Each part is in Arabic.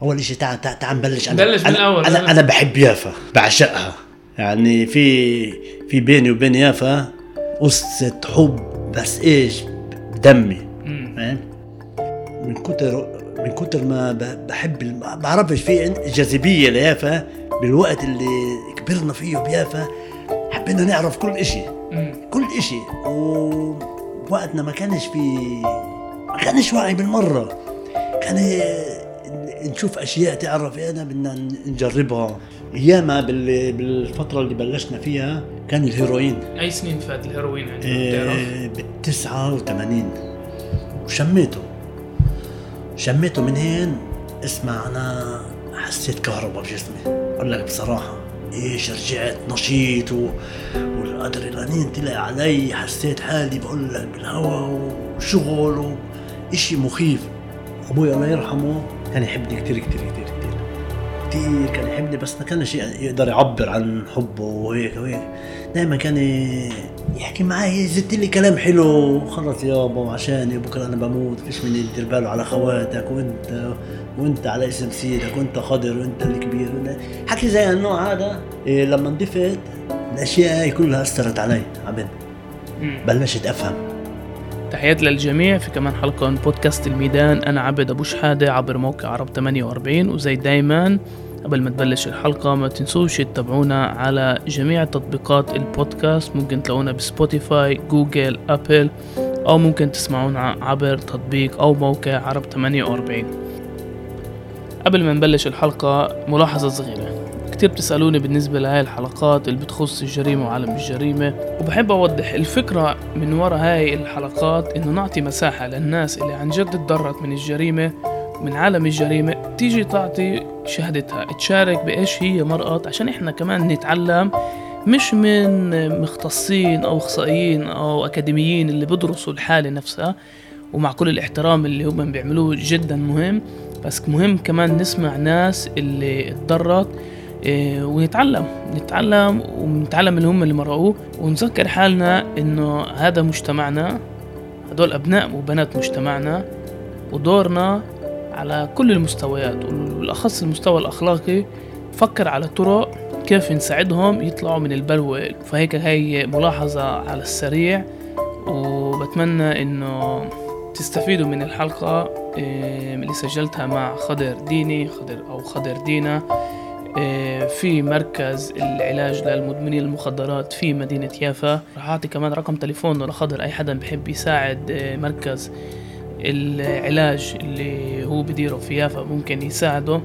اول شيء تعال نبلش. بلش من الأول. أنا بحب يافا، بعشقها. يعني في بيني وبين يافا قصة حب، بس ايش بدمي، فاهم؟ من كتر ما بحب، بعرفش في جاذبية ليافا. بالوقت اللي كبرنا فيه بيافا حبينا نعرف كل اشي، كل اشي. ووقتنا ما كانش وعي بالمرة. كان نشوف اشياء، تعرف انا بدنا نجربها. اياما بالفترة اللي بلشنا فيها كان الهيروين. اي سنين فات الهيروين يعني؟ ب89. وشميته من هين. اسمع، انا حسيت كهرباء بجسمي، اقول لك بصراحة. ايش رجعت نشيط والادرينالين طلع علي. حسيت حالي بقول لك بالهواء وشغل وإشي مخيف. ابوي الله يرحمه كان يحبني كتير كان يحبني، بس ما كانش يقدر يعبر عن حبه وهيك. دائما كان يحكي معي، يزت لي كلام حلو. خلص يابا عشاني بكره انا بموت، فيش من يدير باله على خواتك، وانت على اسم سيدك، وانت خضر، وانت الكبير. حكي زي النوع هذا. لما انضفت الاشياء هاي كلها اثرت علي عبد. بلشت افهم. تحيات للجميع في كمان حلقة من بودكاست الميدان. أنا عبد أبو شحادة عبر موقع عرب 48. وزي دايما قبل ما تبلش الحلقة ما تنسوش تتابعونا على جميع تطبيقات البودكاست. ممكن تلاقونا بسبوتيفاي، جوجل، أبل، أو ممكن تسمعونا عبر تطبيق أو موقع عرب 48. قبل ما نبلش الحلقة ملاحظة صغيرة. كتير بتسألوني بالنسبة لهاي الحلقات اللي بتخص الجريمة وعالم الجريمة، وبحب أوضح الفكرة من وراء هاي الحلقات إنه نعطي مساحة للناس اللي عن جد تضررت من الجريمة ومن عالم الجريمة تيجي تعطي شهادتها، تشارك بإيش هي مرقت، عشان إحنا كمان نتعلم، مش من مختصين أو اخصائيين أو أكاديميين اللي بدرسوا الحالة نفسها، ومع كل الاحترام اللي هم بيعملوه جدا مهم، بس مهم كمان نسمع ناس اللي اتضررت ونتعلم ونتعلم اللي هم اللي مرقوه، ونذكر حالنا انه هذا مجتمعنا، هدول ابناء وبنات مجتمعنا، ودورنا على كل المستويات والاخص المستوى الاخلاقي فكر على طرق كيف نساعدهم يطلعوا من البلوى. فهيك هاي ملاحظة على السريع، وبتمنى انه تستفيدوا من الحلقة اللي سجلتها مع خضر دينا في مركز العلاج للمدمنين المخدرات في مدينة يافا. راح أعطي كمان رقم تليفونه لخضر، أي حدا بحب يساعد مركز العلاج اللي هو بديره في يافا ممكن يساعده.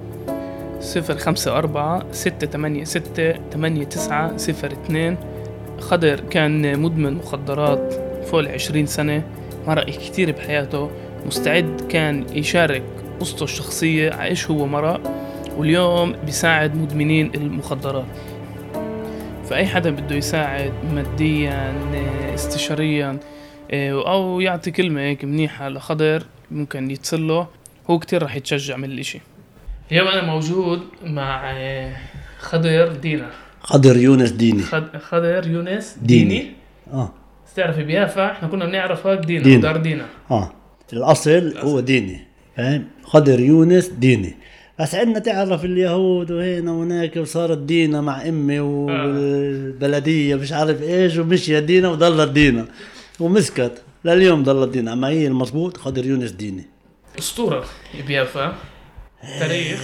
054-686-8902. خضر كان مدمن مخدرات فوق 20 سنة، مرق كتير بحياته، مستعد كان يشارك قصته الشخصية عايش هو مرق، واليوم بيساعد مدمنين المخدرات. فأي حدا بده يساعد ماديا استشاريا أو يعطي كلمة هيك منيحة لخضر ممكن يتصله، هو كتير رح يتشجع من الاشي. اليوم أنا موجود مع خضر يونس ديني. تعرفي بيافا احنا كنا بنعرفك دينا ودار دينا. الأصل هو ديني، فاهم؟ خضر يونس ديني. بس عندنا تعرف اليهود وهنا وهناك، وصارت دينا مع امي والبلديه مش عارف ايش، ومشي دينا وضلت دينا ومسكت لليوم ضلت دينا. اما هي المضبوط خضر يونس ديني. اسطوره بيافا. تاريخ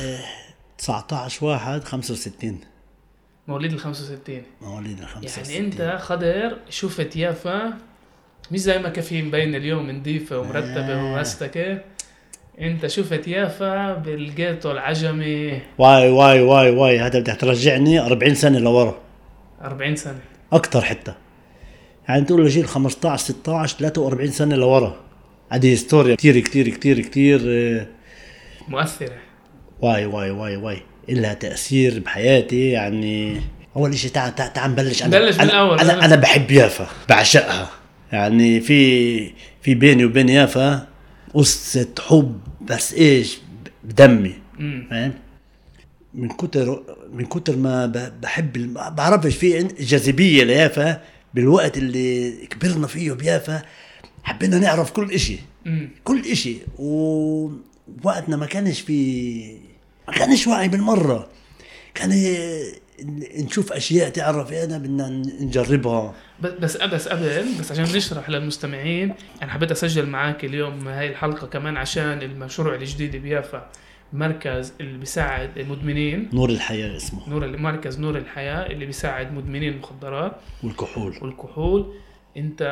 19/1/65. مواليد ال65. يعني انت خضر شفت يافا مش زي ما كفي مبين اليوم نظيفه ومرتبه ومستكه. انت شفت يافا بالجيتو العجمي. واي هذا بدك ترجعني 40 سنة لورا. 40 سنة اكتر حتى، يعني تقول لجيل 15 16 43 سنة لورا. هذه هستوريا كتير كتير كتير كتير مؤثرة. واي إلها تأثير بحياتي. يعني اول شيء تعال نبلش. من الأول. أنا بحب يافا، بعشقها. يعني في بيني وبين يافا قصة حب، بس ايش بدمي، فاهم؟ من كتر ما بحب، بعرفش في جاذبية ليافا. بالوقت اللي كبرنا فيه بيافا حبينا نعرف كل اشي، كل اشي. ووقتنا ما كانش في ما كانش واعي بالمرة. كان نشوف أشياء تعرف أنا بدنا نجربها. بس عشان نشرح للمستمعين، أنا حبيت أسجل معاك اليوم هاي الحلقة كمان عشان المشروع الجديد بيافا، مركز اللي بيساعد المدمنين، نور الحياة اسمه، مركز نور الحياة اللي بيساعد مدمنين المخدرات والكحول. انت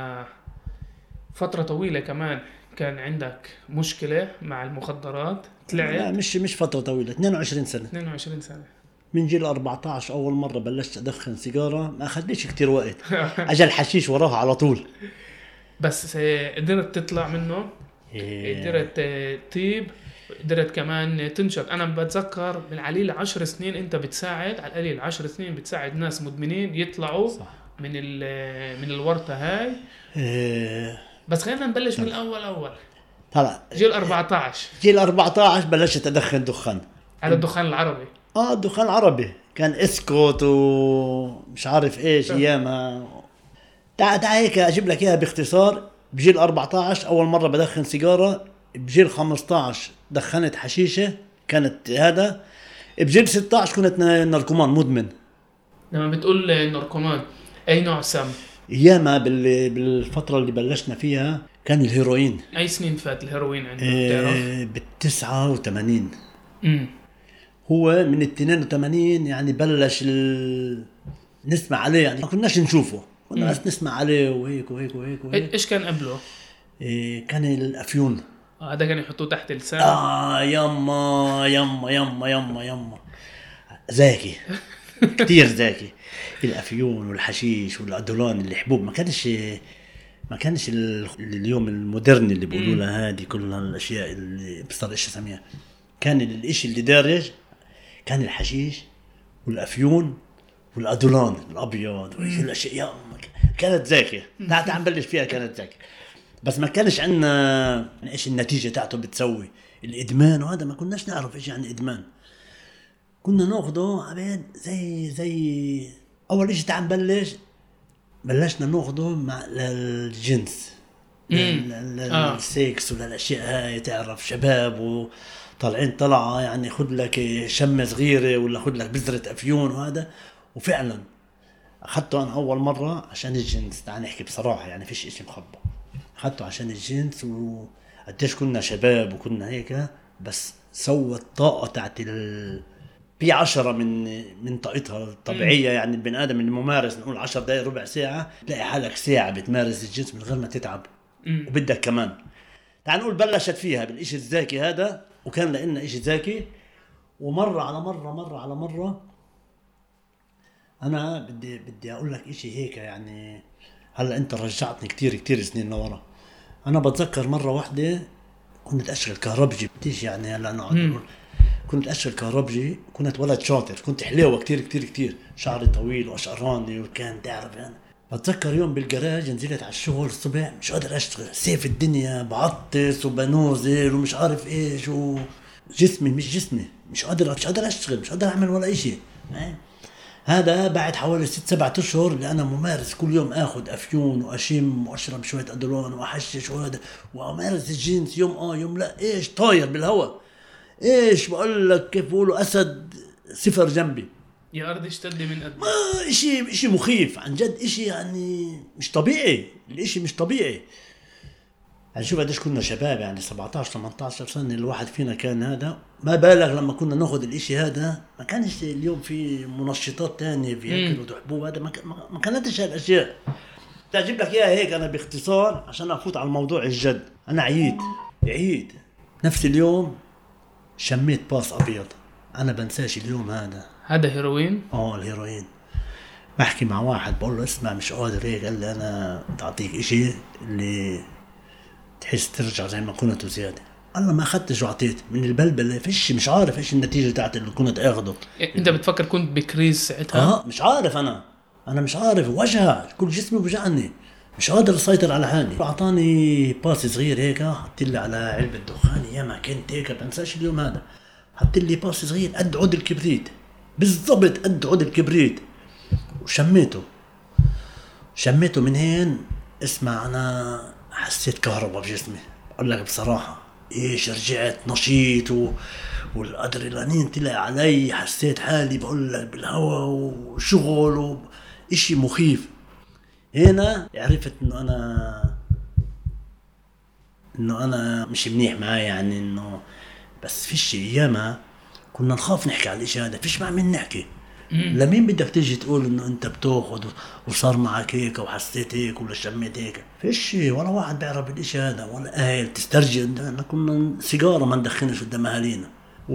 فترة طويلة كمان كان عندك مشكلة مع المخدرات، طلعت؟ لا مش فترة طويلة، 22 سنة. من جيل 14 أول مرة بلشت أدخن سيجارة، ما أخذليش كتير وقت. أجل حشيش وراها على طول. بس قدرت تطلع منه، قدرت طيب، قدرت كمان تنشط. أنا بتذكر بالعليل 10 سنين أنت بتساعد، على القليل 10 سنين بتساعد ناس مدمنين يطلعوا صح. من الورطة هاي. بس خلينا نبلش من الأول. طلع جيل 14. جيل 14 بلشت أدخن دخان. هذا الدخان العربي. الدخان العربي كان اسكوت ومش عارف ايش ايامها. تعال هيك اجيب لك اياها باختصار. بجيل 14 اول مرة بدخن سيجارة. بجيل 15 دخنت حشيشة كانت هذا. بجيل 16 كنت ناركومان مدمن. لما بتقول ناركومان اي نوع سم؟ ايامها بالفترة اللي بلشنا فيها كان الهيروين. اي سنين فات الهيروين عندك؟ بال89. هو من 82 يعني بلش نسمع عليه، يعني ما كناش نشوفه، كنا بس نسمع عليه وهيك. ايش كان قبله؟ كان الأفيون. هذا كان يحطوه تحت اللسان. يما ذكي كتير ذكي. الأفيون والحشيش والأدولان الحبوب ما كانش اليوم المودرن اللي بيقولوا لها هذه كل الأشياء اللي بصير إيش اسميها. كان الإشي اللي دارج كان الحشيش والأفيون والأدولان الأبيض والأشياء. كانت ذاكية. تعال نبلش فيها. كانت ذاكية بس ما كانش عندنا إيش النتيجة تاعته بتسوي. الإدمان وهذا ما كناش نعرف إيش يعني إدمان. كنا ناخده عبيد زي أول إشي. تعال بلشنا ناخده مع الجنس، السيكس ولا الأشياء هاي. تعرف شباب طالعين طلعة يعني خد لك شمة صغيرة ولا خد لك بذرة أفيون وهذا. وفعلا أخذته أنا أول مرة عشان الجنس. تعال نحكي بصراحة يعني فيش إشي مخبى. أخذته عشان الجنس وقديش كنا شباب وكنا هيك. بس سوى الطاقة تاعت P10 من طاقتها الطبيعية. يعني البني آدم اللي ممارس نقول 10 دقايق ربع ساعة تلاقي حالك ساعة بتمارس الجنس من غير ما تتعب وبدك كمان. تعال نقول بلشت فيها بالإشي الذكي هذا. وكان لنا إشي ذكي. ومرة على مرة أنا بدي أقول لك إشي هيك يعني. هلأ أنت رجعتني كتير سنين لورا. أنا بتذكر مرة واحدة كنت أشغل كهربجي بديش يعني هلأ نقعد. كنت أشغل كهربجي. كنت ولد شاطر. كنت حليوة كتير شعري طويل وأشعراني وكان تعرف يعني. بتذكر يوم بالجراج نزلت على الشغل الصبح مش قادر أشتغل. سيف الدنيا بعطس وبنوزل ومش عارف إيش. وجسمي مش قادر أشتغل. مش قادر أعمل ولا إشي. هذا بعد حوالي 6-7 أشهر اللي أنا ممارس كل يوم أخذ أفيون وأشم وأشرب شوية أدولان وأحشش وهذا وأمارس الجنس يوم لا. إيش طاير بالهواء. إيش بقول لك كيف بقولوا أسد صفر جنبي. يا أرض اشتدي من قد. ما إشي مخيف عن جد. إشي يعني مش طبيعي. الإشي مش طبيعي. يعني شوف قديش كنا شباب يعني 17-18 سنة الواحد فينا كان هذا. ما بالغ لما كنا ناخد الإشي هذا. ما كانش اليوم في منشطات تانية في أكل وحبوب هذا. ما كانتش هالأشياء. تجيب لك إياها هيك أنا باختصار عشان أفوت على الموضوع الجد. أنا عيد نفس اليوم شميت باص أبيض. أنا بنساش اليوم هذا هيروين. الهيروين. بحكي مع واحد بقول له اسمع مش قادر هيك. قال لي أنا تعطيك إشي اللي تحس ترجع زي ما كنت وزيادة. الله ما أخذتش وعطيت من البلبلة. فيش مش عارف إيش النتيجة تاعت اللي كنت أخده. أنت بتفكر كنت بكريز ساعتها؟ مش عارف. أنا مش عارف. وجهها كل جسمي وجعني. مش قادر أسيطر على حالي. أعطاني باس صغير هيك. حط لي على علبة دخان. يا ما كنت هيك بنساش اليوم هذا. حط لي باس صغير قد عود الكبريت بالضبط. قد عود الكبريت. وشميته من هين. اسمع أنا حسيت كهرباء بجسمي. أقول لك بصراحة ايش رجعت نشيط والادرينالين طلع علي، حسيت حالي بقول لك بالهواء وشغل اشي مخيف. هنا عرفت انه انا مش منيح معايا، يعني انه بس فيش ايامها كنا نخاف نحكي على الاشي هذا، فيش مع مين نحكي. لمين بدك تيجي تقول انه انت بتاخذ وصار معك هيك وحسيت هيك ولا شميت هيك؟ فيش ولا واحد بيعرف الاشي هذا، ولا اهل تسترجي. احنا كنا سيجاره ما ندخنش قدام اهالينا،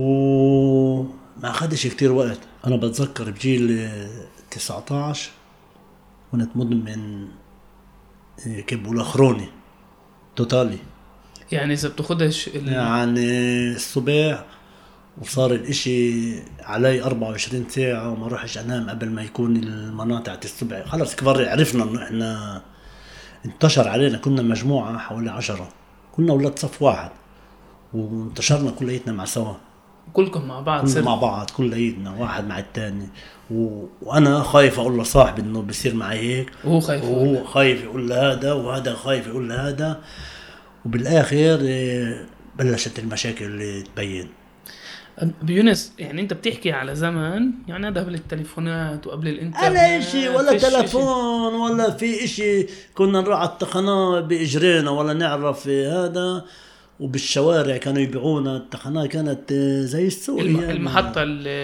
وما اخذش كتير وقت. انا بتذكر بجيل 19 كنت مدمن كيف بقولوا خروني توتالي، يعني اذا بتاخدش يعني الصبح وصار الاشي علي 24 ساعة وما روحش انام قبل ما يكون المناطع الصبح. خلص كبر عرفنا انه احنا انتشر علينا، كنا مجموعة حوالي 10، كنا ولاد صف واحد وانتشرنا كليتنا مع سوا، كلكم مع بعض، كلنا مع بعض كليتنا واحد مع التاني. وانا خايف اقول لصاحبي انه بيصير معي هيك، وهو خايف يقول لهذا، وهذا خايف يقول لهذا، وبالاخر بلشت المشاكل اللي تبين. بيونس، يعني انت بتحكي على زمن يعني هذا قبل التليفونات وقبل الانترنت، على اشي ولا تلفون ولا في اشي، كنا نروح على التخنة باجرينا ولا نعرف هذا، وبالشوارع كانوا يبيعونا. التخنة كانت زي السوق، المحطة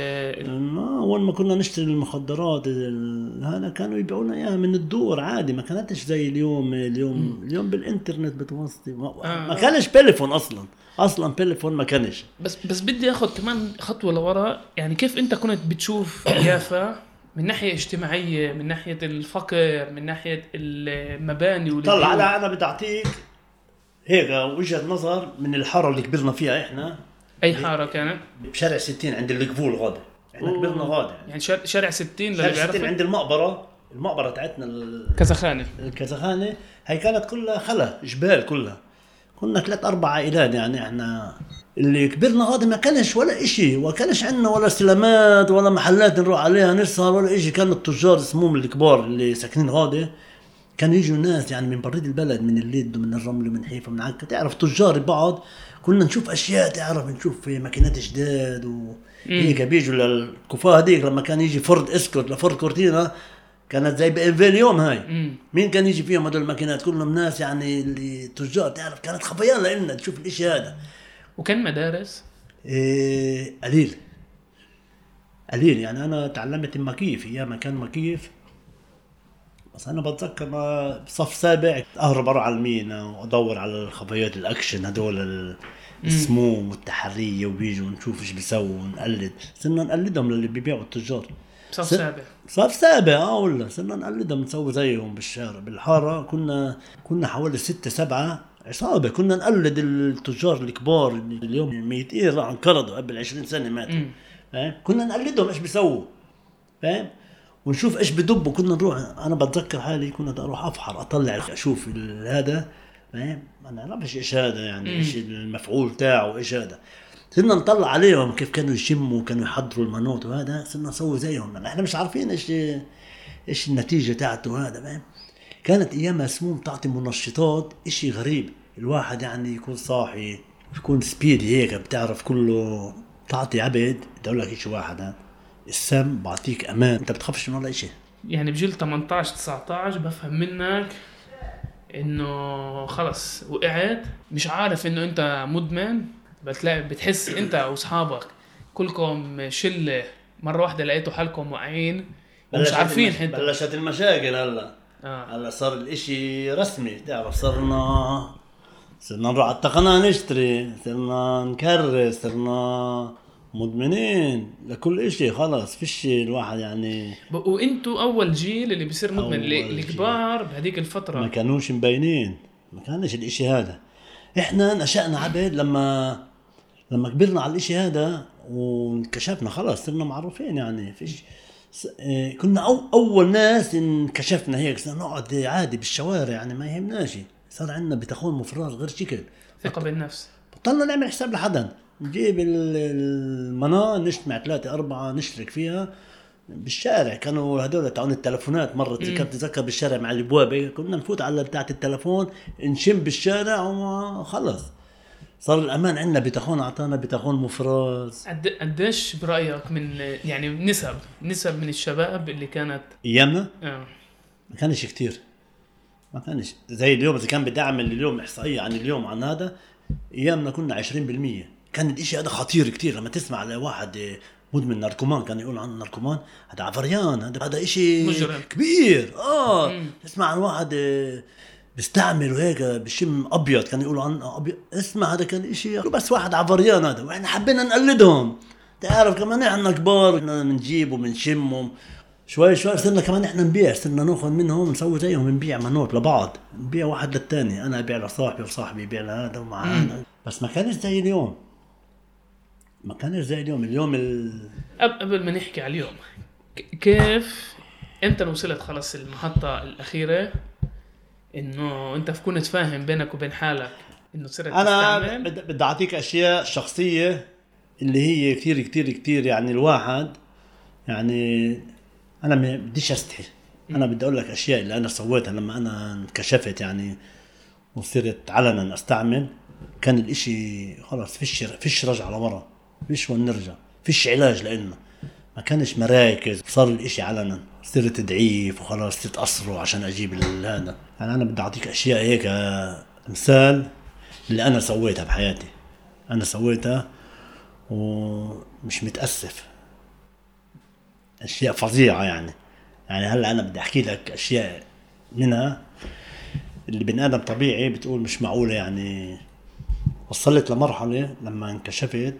اول ما كنا نشتري المخدرات هذا كانوا يبيعونا اياها من الدور عادي، ما كانتش زي اليوم بالانترنت بتوصلي، ما كانش تليفون اصلا تليفون ما كانش. بس بدي اخذ كمان خطوه لورا، يعني كيف انت كنت بتشوف يافا من ناحيه اجتماعيه، من ناحيه الفقر، من ناحيه المباني طلع انا بدي اعطيك هيك وجهه نظر من الحاره اللي كبرنا فيها احنا. اي حاره كانت؟ بشارع 60 عند القبول غاده، احنا كبرنا غاده يعني شارع 60 اللي بيعرفوا عند المقبره تاعتنا الكزخانه هي كانت كلها خلا جبال، كلها كنا 3-4 عائلات. يعني احنا اللي كبرنا غادي ما كانش ولا اشي، وكانش عندنا ولا سلامات ولا محلات نروح عليها نسهر ولا اشي. كانوا التجار اسمهم الكبار اللي ساكنين غادي، كانوا يجوا ناس يعني من بريد البلد، من الليد ومن الرمل ومن حيفا من عكا، تعرف تجار بعض. كنا نشوف اشياء، تعرف نشوف ماكينات جداد وهيك بيجوا للكفاه هذيك. لما كان يجي فرد اسكوت لفرد كورتينا كانت زي بإنفي اليوم هاي. مين كان يجي فيهم هدول الماكينات؟ كلهم ناس يعني اللي تجار، تعرف كانت خفيان لنا تشوف الاشي هذا. وكان مدارس قليل يعني انا تعلمت مكيف ايام كان مكيف، بس انا بتذكر بصف سابع اهرب اروح على المينا وادور على الخفيات الاكشن هدول السموم والتحريه، وبيجوا نشوف ايش بيسووا ونقلد. صرنا نقلدهم للي بيبيعوا التجار. صف سابع ولا صرنا نقلدهم نسوي زيهم بالشارع بالحاره. كنا حوالي 6-7 عصابه، كنا نقلد التجار الكبار اللي اليوم ميتين راح انقرضوا قبل 20 سنه ماتوا. كنا نقلدهم ايش بيسووا، فاهم، ونشوف ايش بدبوا. كنا نروح، انا بتذكر حالي كنا اروح افحر اطلع اشوف هذا، فاهم، انا ما بعرفش ايش هذا يعني ايش المفعول تاعه ايش هذا. صرنا نطلع عليهم كيف كانوا يشموا وكانوا يحضروا المنوط وهذا، صرنا نسوي زيهم. احنا مش عارفين ايش النتيجه تاعته هذا، فاهم. كانت ايامها سموم تعطي منشطات اشي غريب. الواحد يعني يكون صاحي يكون سبيد هيك، بتعرف كله تعطي عبد. بدي اقول لك شيء واحد، السم بعطيك امان، انت بتخافش من ولا شيء. يعني بجيل 18-19 بفهم منك انه خلص وقعت، مش عارف انه انت مدمن، بتحس انت واصحابك كلكم شله مره واحده لقيتوا حالكم واقعين ومش عارفين حتى. بلشت المشاكل هلا صار الاشي رسمي، تعرف صرنا نروح على التقنية نشتري، صرنا نكرس، صرنا مدمنين لكل اشي. خلاص فيش الواحد يعني. وانتوا اول جيل اللي بيصير مدمن، الكبار بهديك الفترة ما كانوش مبينين، ما كانش الاشي هذا. احنا نشأنا عبد لما كبرنا على الاشي هذا وانكشفنا، خلاص صرنا معروفين يعني. فيش كنا اول ناس انكشفنا هيك، صرنا نقعد عادي بالشوارع يعني ما يهمناش. صار عندنا بتخون مفرار غير شكل، ثقة بالنفس. بطلنا نعمل حساب لحدا، نجيب المناه نجتمع 3-4 نشترك فيها بالشارع. كانوا هدول تاعون التلفونات مرة تذكر بالشارع مع البوابة، كنا نفوت على بتاعة التلفون نشم بالشارع وخلص. صار الأمان عندنا بتاخون عطانا بتاخون مفرز. قديش برأيك من يعني نسب من الشباب اللي كانت أيامنا ما كانش كتير، ما كانش زي اليوم. إذا كان بدي أعمل اليوم إحصائية عن اليوم عن هذا، أيامنا كنا 20%. كان الإشي هذا خطير كتير. لما تسمع على واحد مدمن ناركومان كان يقول عنه ناركومان هذا عفريان، هذا إشي مجرم كبير. تسمع عن واحد بيستعمل وهيك بشم أبيض كان يقولوا عنه أبيض. اسمع هذا كان إشي بس واحد عفريان هذا، وإحنا حبينا نقلدهم. تعرف كمان إحنا كبار بنجيب وبنشمهم شوي شوي. صرنا كمان إحنا نبيع، صرنا نأخذ منهم نسوي زيهم، نبيع منوط لبعض، نبيع واحد للتاني. أنا أبيع لصاحبي وصاحبي يبيع لهذا ومعانا. بس ما كانش زي اليوم، ما كانش زي اليوم. اليوم قبل ما نحكي على اليوم، كيف أنت وصلت خلاص المحطة الأخيرة إنه أنت كنت فاهم بينك وبين حالك إنه صرت أنا بدي أعطيك أشياء شخصية اللي هي كتير كتير كتير يعني الواحد يعني أنا ما بديش أستحي. أنا بدي أقول لك أشياء اللي أنا سويتها لما أنا انكشفت يعني وصرت علنا أستعمل. كان الإشي خلاص فيش رجع لورا، فيش وين نرجع، فيش علاج لإلنا. ما كانش مراكز، صار الإشي علنا، صرت ضعيف وخلاص تتأثروا عشان أجيب هذا. يعني أنا بدي أعطيك أشياء هيك مثال اللي أنا سويتها بحياتي. أنا سويتها ومش متأسف، أشياء فظيعة يعني هلأ أنا بدي أحكي لك أشياء منها اللي بن آدم طبيعي بتقول مش معقولة. يعني وصلت لمرحلة لما انكشفت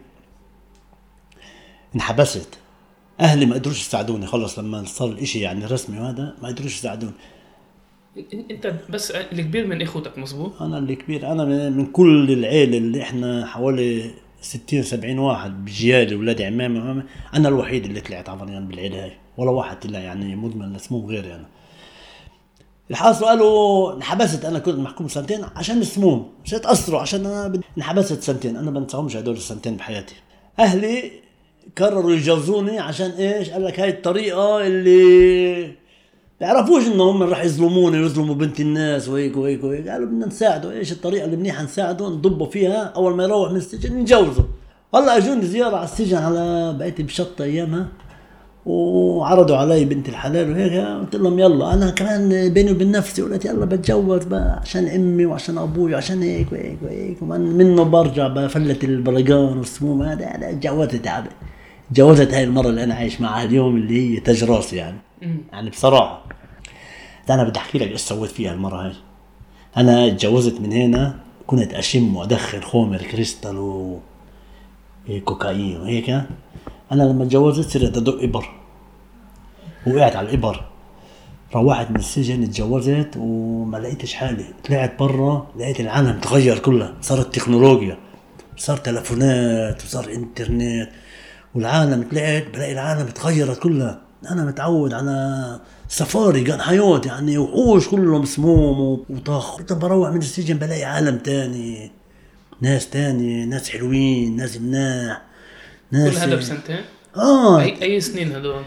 انحبست، أهلي ما قدروش يساعدوني خلص. لما صار الإشي يعني رسمي وهذا ما قدروش يساعدوني. أنت بس الكبير من إخوتك مظبوط؟ أنا الكبير، أنا من كل العيلة اللي إحنا حوالي 60-70 واحد بجيالي ولادي عمامي، أنا الوحيد اللي طلعت عفريان بالعيلة هاي. ولا واحد طلع يعني مدمن لسموم غيري أنا. الحاصل قالوا انحبست، أنا كنت محكوم 2 عشان السموم، مش هتأثروا عشان أنا انحبست 2. أنا بنساهمش هدول 2 بحياتي. أهلي قرروا يجوزوني عشان إيش؟ قال لك هاي الطريقة اللي بيعرفوش إنهم راح يظلموني ويظلموا بنت الناس وهيك وهيك وهيك. قالوا بدنا نساعده. إيش الطريقة اللي منيحة نساعده؟ نضبه فيها أول ما يروح من السجن نجوزه. والله أجوني زيارة على السجن على بقيتي بشطة أيامها، وعرضوا علي بنت الحلال وهيك. قلت لهم يلا. أنا كمان بيني وبين نفسي قلت يلا بتجوز بقى عشان أمي وعشان أبوي وعشان هيك وهيك وهيك، ومن منه برجع بفلت البرقان والسموم هذا. اتجوزت عبد، اتجوزت هاي المرة اللي أنا عايش معها اليوم اللي هي تاج راسي يعني بصراحة. أنا بدي أحكي لك إيش سويت فيها المرة هاي. أنا اتجوزت من هنا كنت أشم وأدخن خمر كريستال وكوكايين وهيك. أنا لما اتجوزت صرت أدق إبر، وقعت على الإبر. روحت من السجن اتجوزت وما لقيتش حالي. طلعت برا لقيت العالم تغير كلها، صارت تكنولوجيا، صار تلفونات وصار انترنت والعالم. طلعت بلاقي العالم تغيرت كلها. أنا متعود على سفاري كان حيوت يعني وحوش كلهم سموم وطخ. كنت بروح من السجن بلاقي عالم تاني، ناس تاني، ناس حلوين، ناس مناح، ناس. كل هذا بسنتين؟ أي سنين هذول؟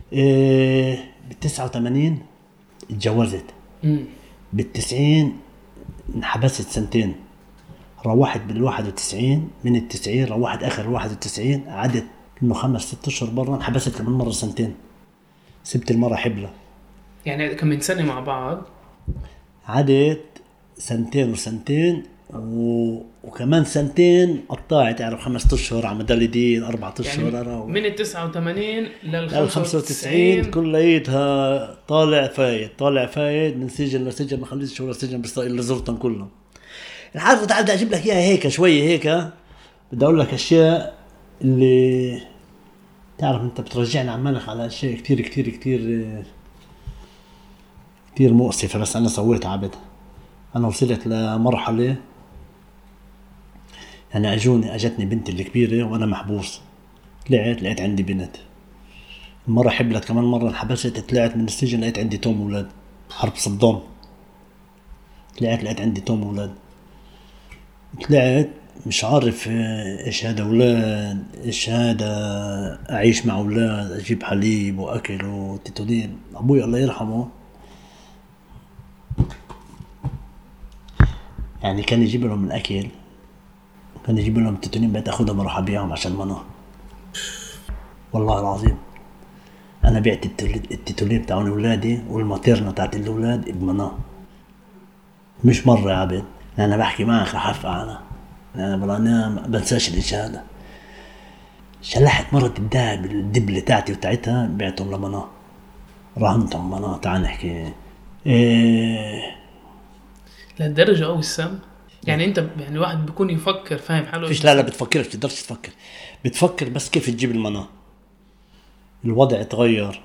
بال89 اتجوزت، بال90 انحبست 2. روحت بال91، من ال90 روحت آخر 91. قعدت إنه 5-6 أشهر برا. انحبست كمان مرة 2. سبت المرة حبلة. يعني كم من سنة مع بعض؟ عدت 2 وكمان 2 قطعت. تعرف 5 أشهر على مدى الدين 4 أشهر يعني من 89 لل95 كليتها طالع فايد من سجن لسجن. ما خليتش ولا سجن بإسرائيل اللي زرتهم كلهم. الحاجة تعال بدي أجيب لك إياها هيك شوية هيك. بدي أقول لك أشياء اللي تعرف أنت بترجعنا عمالك على أشياء كتير كتير كتير كتير مؤسفة. بس أنا سويت عبد. أنا وصلت لمرحلة يعني أجتني بنتي الكبيرة وأنا محبوس. لقيت عندي بنت. مرة حبلت كمان مرة انحبست. طلعت من السجن لقيت عندي توم أولاد. حرب صدام. لقيت عندي توم أولاد. طلعت مش عارف إيش هذا أولاد، إيش هذا أعيش مع أولاد، أجيب حليب وأكل وتتولين. أبوي الله يرحمه يعني كان يجيب لهم الأكل كان يجيب لهم تيتولين بقيت اخذهم اروح ابيعهم عشان مناة. والله العظيم انا بعت التيتولين تاعون اولادي والماتيرنا تاعت الاولاد بمناة. مش مرة يا عبد، انا بحكي معك رح افقع انا ما بنساش الاشي هذا. شلحت مرة الدهب الدبلة تاعتي وتاعتها بعتهم لمناة، رهنتهم مناة. تعال نحكي لهالدرجة أو السم يعني أنت يعني واحد بيكون يفكر فاهم حاله فيش. لا بتفكرش، بتقدرش تفكر، بتفكر بس كيف تجيب المناة. الوضع اتغير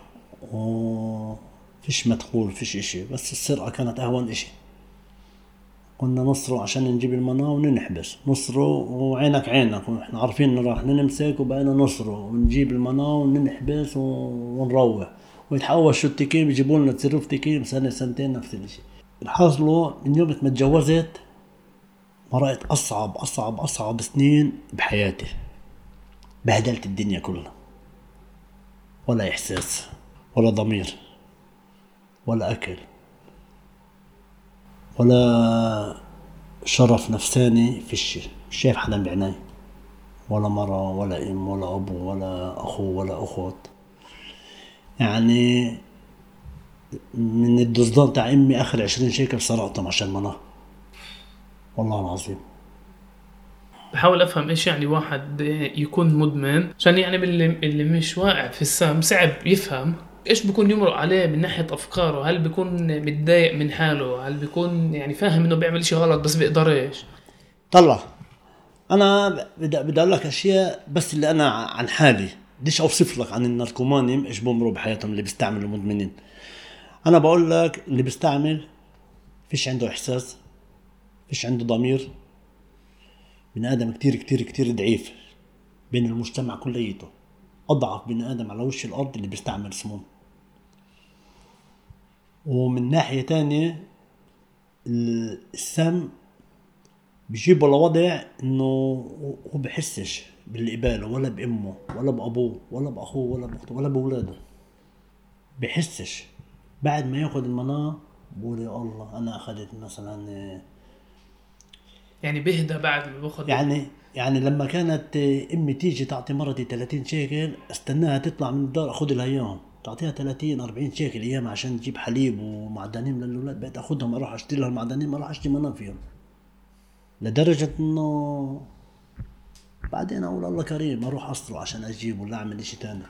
وفيش مدخول فيش اشي، بس السرقة كانت اهون اشي. كنا نصره عشان نجيب المناة وننحبس، نصره وعينك عينك ونحن عارفين انه راح نمسك، وبقينا نصره ونجيب المناة وننحبس ونروح ويتحول شو التكيم يجيبوا لنا تصرف تكيم سنة سنتين نفس الشيء. الحاصل من يوم ما تجوزت مرقت أصعب سنين بحياتي. بهدلت الدنيا كلها، ولا إحساس ولا ضمير ولا أكل ولا شرف نفساني في الشيء. مش شايف حدا بعناي، ولا مرة ولا أم ولا أبو ولا أخو ولا أخوت. يعني من الدزدان تاع أمي آخر 20 شيكل سرقتهم عشان مناه، والله العظيم. بحاول افهم ايش يعني واحد يكون مدمن، عشان يعني اللي مش واقع في السم صعب يفهم ايش بيكون يمرق عليه من ناحية افكاره. هل بيكون متضايق من حاله؟ هل بيكون يعني فاهم انه بيعمل شيء غلط بس بيقدرش؟ طلع انا بدي اقول لك اشياء بس اللي انا عن حالي، بديش اوصف لك عن الناركومانيين ايش بمروا بحياتهم اللي بيستعملوا مدمنين. انا بقول لك اللي بيستعمل فيش عنده احساس، فيش عنده ضمير، بني ادم كتير كتير كتير ضعيف بين المجتمع كليته. اضعف بني ادم على وش الارض اللي بيستعمل سموم. ومن ناحية تانية السم بيجيبه لوضع انه هو بحسش باللي قباله ولا بامه ولا بابوه ولا باخوه ولا باخته ولا باولاده. بحسش. بعد ما ياخد المناة بقول يا الله انا اخذت مثلا، يعني بهدى بعد ما باخد. يعني لما كانت امي تيجي تعطي مرتي 30 شيكل استناها تطلع من الدار اخذ لها اياهم، تعطيها 30-40 شيكل ايام عشان تجيب حليب ومعدنين للاولاد. بقيت اخذهم اروح اشتري لهم معدنين، اروح اشتري منام فيهم، لدرجة انه بعدين اقول الله كريم اروح اصله عشان اجيب ولا اعمل اشي تاني.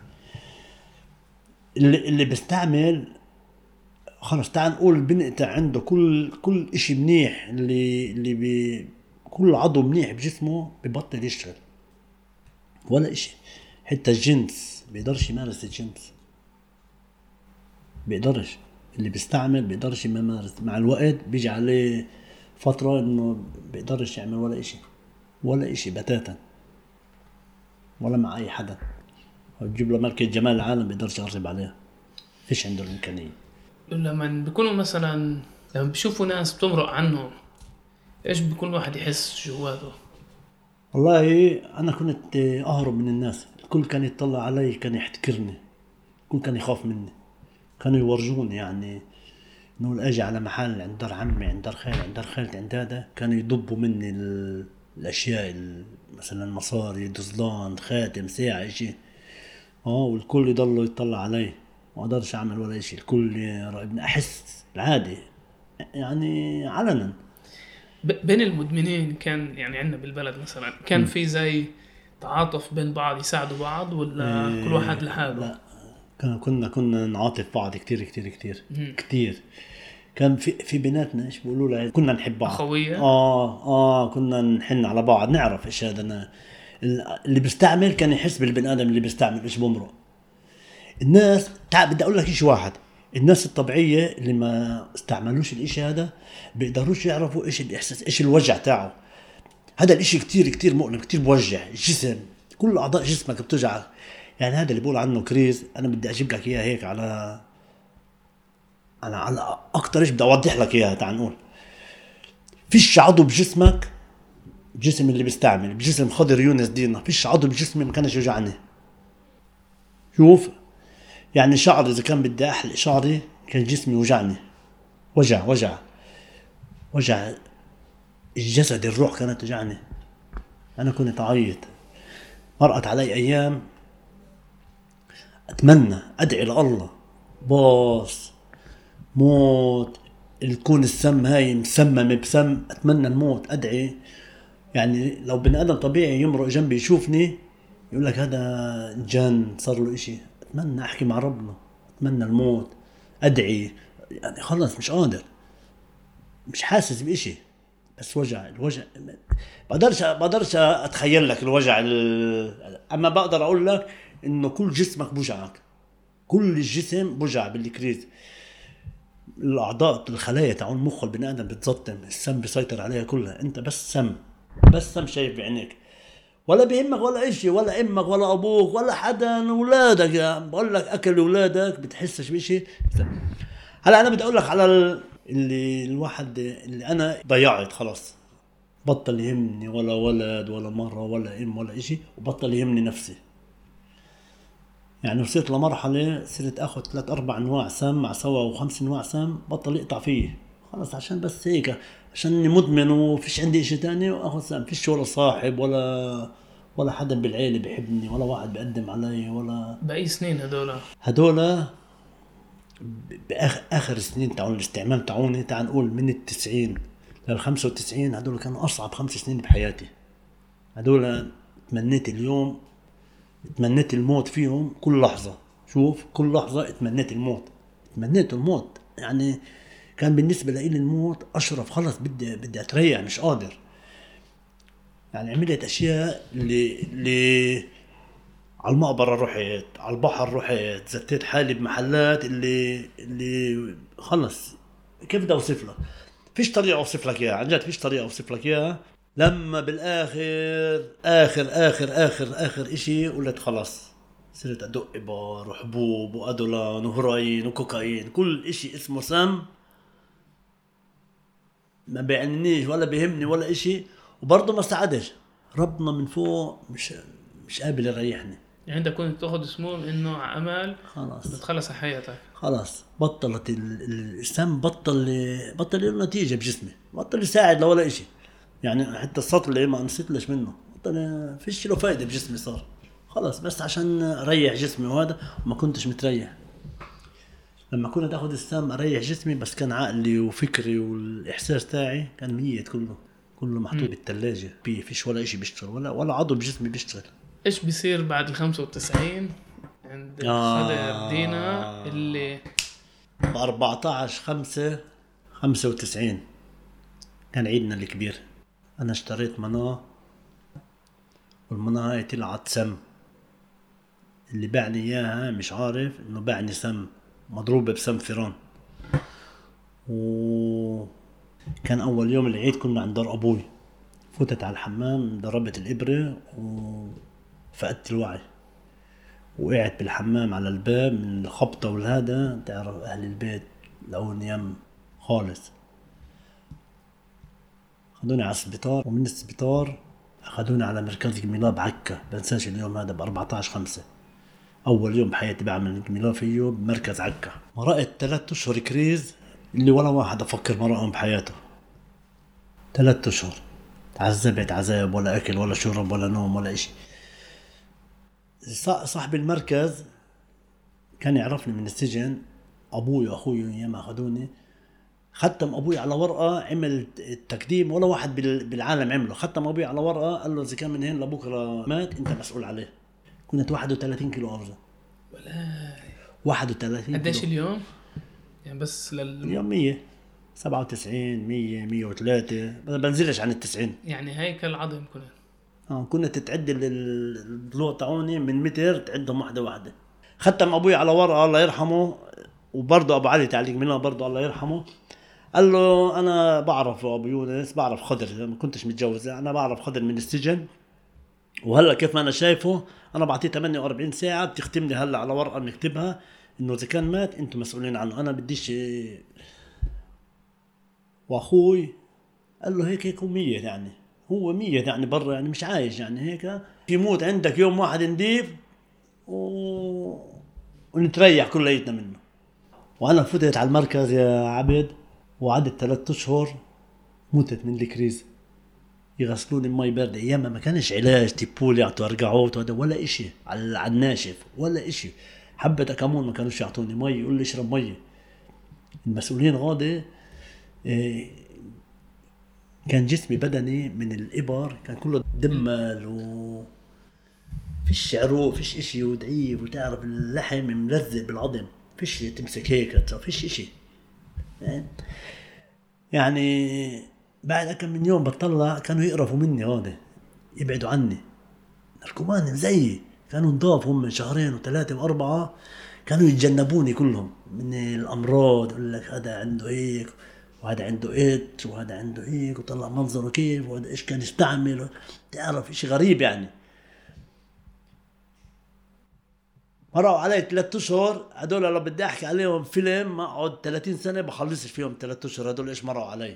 اللي بيستعمل خلص تعال نقول بنقطع عنده كل اشي منيح، اللي كل عضو منيح بجسمه ببطل يشتغل ولا اشي. حتى الجنس بيقدرش يمارس الجنس، بيقدرش. اللي بيستعمل بيقدرش يمارس. مع الوقت بيجي عليه فترة انه بيقدرش يعمل ولا اشي بتاتا، ولا مع اي حدا. تجيب له ماركة جمال العالم بيقدرش يقرب عليها، فيش عنده الامكانية. لما بيكونوا مثلا لما بيشوفوا ناس بتمرق عنهم ايش بيكون واحد يحس جواته؟ والله انا كنت اهرب من الناس. الكل كان يطلع علي، كان يحتكرني، الكل كان يخاف مني، كانوا يورجوني. يعني نقول اجي على محل عند دار عمي، عند دار خالي، عند دار خالتي، عند هذا، كانوا يضبوا مني الاشياء مثلا مصاري، دزلان، خاتم، ساعة، اشي. والكل يضلوا يطلع علي، ما اقدرش اعمل ولا اشي. الكل يراقبني، احس العادي يعني علنا. بين المدمنين كان يعني عندنا بالبلد مثلا كان في زي تعاطف بين بعض، يساعدوا بعض، ولا كل واحد لحاله؟ لا كنا نعاطف بعض كتير كتير كتير كتير. كان في بيناتنا ايش بيقولوا لها، كنا نحب بعض، اخويه. كنا نحن على بعض، نعرف ايش هذا. اللي بيستعمل كان يحس بالبني ادم اللي بيستعمل ايش بمرق. الناس بدي اقول لك ايش واحد، الناس الطبيعيه اللي ما استعملوش الاشي هذا بيقدروش يعرفوا ايش الاحساس، ايش الوجع تاعه. هذا الاشي كتير كتير مؤلم، كتير بوجع الجسم، كل اعضاء جسمك بتوجع. يعني هذا اللي بقول عنه كريز، انا بدي اجيب لك اياه هيك على اكتر ايش بدي اوضح لك اياها. تعال نقول فيش عضو بجسمك، جسم اللي بيستعمل بجسم خضر يونس دينا، فيش عضو بجسمي ما كانش يوجعني. شوف يعني شعري اذا كان بدي احلق شعري كان جسمي يوجعني، وجع الجسد، الروح كانت توجعني. انا كنت اعيط. مرقت علي ايام اتمنى ادعي لله باص موت، الكون السم هاي مسمم بسم، اتمنى الموت ادعي. يعني لو بني ادم طبيعي يمرق جنبي يشوفني يقول لك هذا جن صار له اشي، اتمنى احكي مع ربنا، اتمنى الموت، ادعي. يعني خلص مش قادر، مش حاسس باشي، بس الوجع بقدرش اتخيل لك الوجع اما بقدر اقول لك انه كل جسمك بوجعك، كل الجسم بوجع بالكريز. الاعضاء الخلايا تاع المخ البني ادم بتزطم، السم بيسيطر عليها كلها، انت بس سم شايف بعينيك، ولا بيهمك ولا اشي، ولا امك ولا ابوك ولا حدا، اولادك يعني بقول لك اكل اولادك بتحسش بشي. هلا انا بدي اقول لك على اللي الواحد اللي انا ضيعت خلاص، بطل يهمني ولا ولد ولا مرة ولا ام ولا اشي، وبطل يهمني نفسي. يعني وصلت لمرحلة صرت اخذ 3-4 انواع سم مع سوا و5 انواع سم، بطل يقطع فيه خلص، عشان بس هيك، عشان اني مدمن وفيش عندي اشي تاني واخذ سم. فيش ولا صاحب ولا حدا بالعيلة بيحبني، ولا واحد بيقدم علي ولا. بأي سنين هدول بآخر سنين تاعون الاستعمال تاعوني، تعال نقول من 90 لل95، هدول كانوا أصعب 5 سنين بحياتي. هدول تمنيت اليوم، تمنيت الموت فيهم كل لحظة. شوف كل لحظة تمنيت الموت. يعني كان بالنسبة لي الموت أشرف، خلص بدي أتريح، مش قادر. يعني عملت أشياء اللي على المقبرة رحت، على البحر رحت، زتيت حالي بمحلات اللي خلص كيف بدي اوصف لك؟ فيش طريقة اوصف لك اياها، عن جد فيش طريقة اوصف لك اياها. لما بالاخر اخر اشي قلت خلص، صرت ادق بار وحبوب وادولان وهروين وكوكايين، كل اشي اسمه سم ما بيعنينيش ولا بيهمني ولا اشي، وبرضه ما ساعدش ربنا من فوق، مش قابل يريحني. يعني انت كنت تاخد سموم انه عمل خلاص بتخلص حياتك، خلاص بطلت السم، بطل له نتيجة بجسمي، بطل يساعد لولا اشي. يعني حتى السطل ما نسيتلش منه، بطل فيش له فايدة بجسمي صار خلاص، بس عشان اريح جسمي، وهذا وما كنتش متريح. لما كنت اخذ السم اريح جسمي، بس كان عقلي وفكري والاحساس تاعي كان ميت، كله محطوط بالثلاجة، فيش ولا اشي بيشتغل، ولا عضو بجسمي بيشتغل. ايش بيصير بعد 95 عند خضر دينا اللي ب 14/5/95 كان عيدنا الكبير. انا اشتريت مناه، والمناه هاي طلعت سم. اللي باعني اياها مش عارف انه باعني سم، مضروبة بسم فيران. وكان اول يوم العيد كنا عند دار ابوي، فتت على الحمام، ضربت الابرة وفقدت الوعي، وقعت بالحمام على الباب من الخبطة والهذا. تعرف اهل البيت لو نيام خالص، خدوني على السبيطار، ومن السبيطار اخذوني على مركز جميلة بعكا. بنساش اليوم هذا ب 14/5، اول يوم بحياتي بعمل جميلة فيه بمركز عكا. مرقت 3 اشهر كريز اللي ولا واحد افكر مرقهم بحياته. 3 اشهر تعذبت عذاب، ولا اكل ولا شرب ولا نوم ولا اشي. صاحب المركز كان يعرفني من السجن، ابوي واخوي ياما اخذوني. ختم ابوي على ورقه، عمل التقديم ولا واحد بالعالم عمله. ختم ابوي على ورقه قال له اذا كان من هين لبكره مات انت مسؤول عليه. كنت 31 كيلو ارز. ولا 31 قديش اليوم؟ يعني بس اليوم 197 100 103، بنزلش عن 90. يعني هيكل عظم كنت تعد الضلوع تاعوني من متر، تعدهم واحده. ختم ابوي على ورقه الله يرحمه، وبرضه ابو علي تعليق منه برضه الله يرحمه. قال له انا بعرف ابو يونس، بعرف خضر، ما كنتش متجوز، انا بعرف خضر من السجن، وهلا كيف ما انا شايفه انا بعطيه 48 ساعه بتختم لي هلا على ورقه بنكتبها انه اذا كان مات انتم مسؤولين عنه، انا بديش. واخوي قال له هيك 100، يعني هو 100 يعني برا، يعني مش عايش، يعني هيك يموت عندك يوم واحد نضيف ونتريح كليتنا منه. وانا فتت على المركز يا عبد، وعدت 3 اشهر متت من الكريز. يغسلوني بمي باردة. ايامها ما كانش علاج تيبول يعطوا رقعوت وهذا ولا اشي على الناشف ولا اشي. حبة اكمون ما كانوش يعطوني مي، يقول لي اشرب مي. المسؤولين غادي كان جسمي بدني من الإبر كان كله دمل فيش عروق فيش اشي وضعيف، وتعرف اللحم ملزق بالعظم فيش تمسك هيك فيش اشي. يعني بعد كم من يوم بطلع كانوا يقرفوا مني هذا يبعدوا عني. نركمان زيي كانوا نضاف هم من 2 و3 و4 كانوا يتجنبوني كلهم من الأمراض. يقول لك هذا عنده هيك وهذا عنده إيت وهذا عنده هيك وطلع منظره كيف وهذا إيش كان يستعمل. تعرف إشي غريب يعني. مروا علي 3 أشهر هدول لو بدي أحكي عليهم فيلم ما أقعد 30 سنة بخلصش فيهم 3 أشهر هدول إيش مروا علي.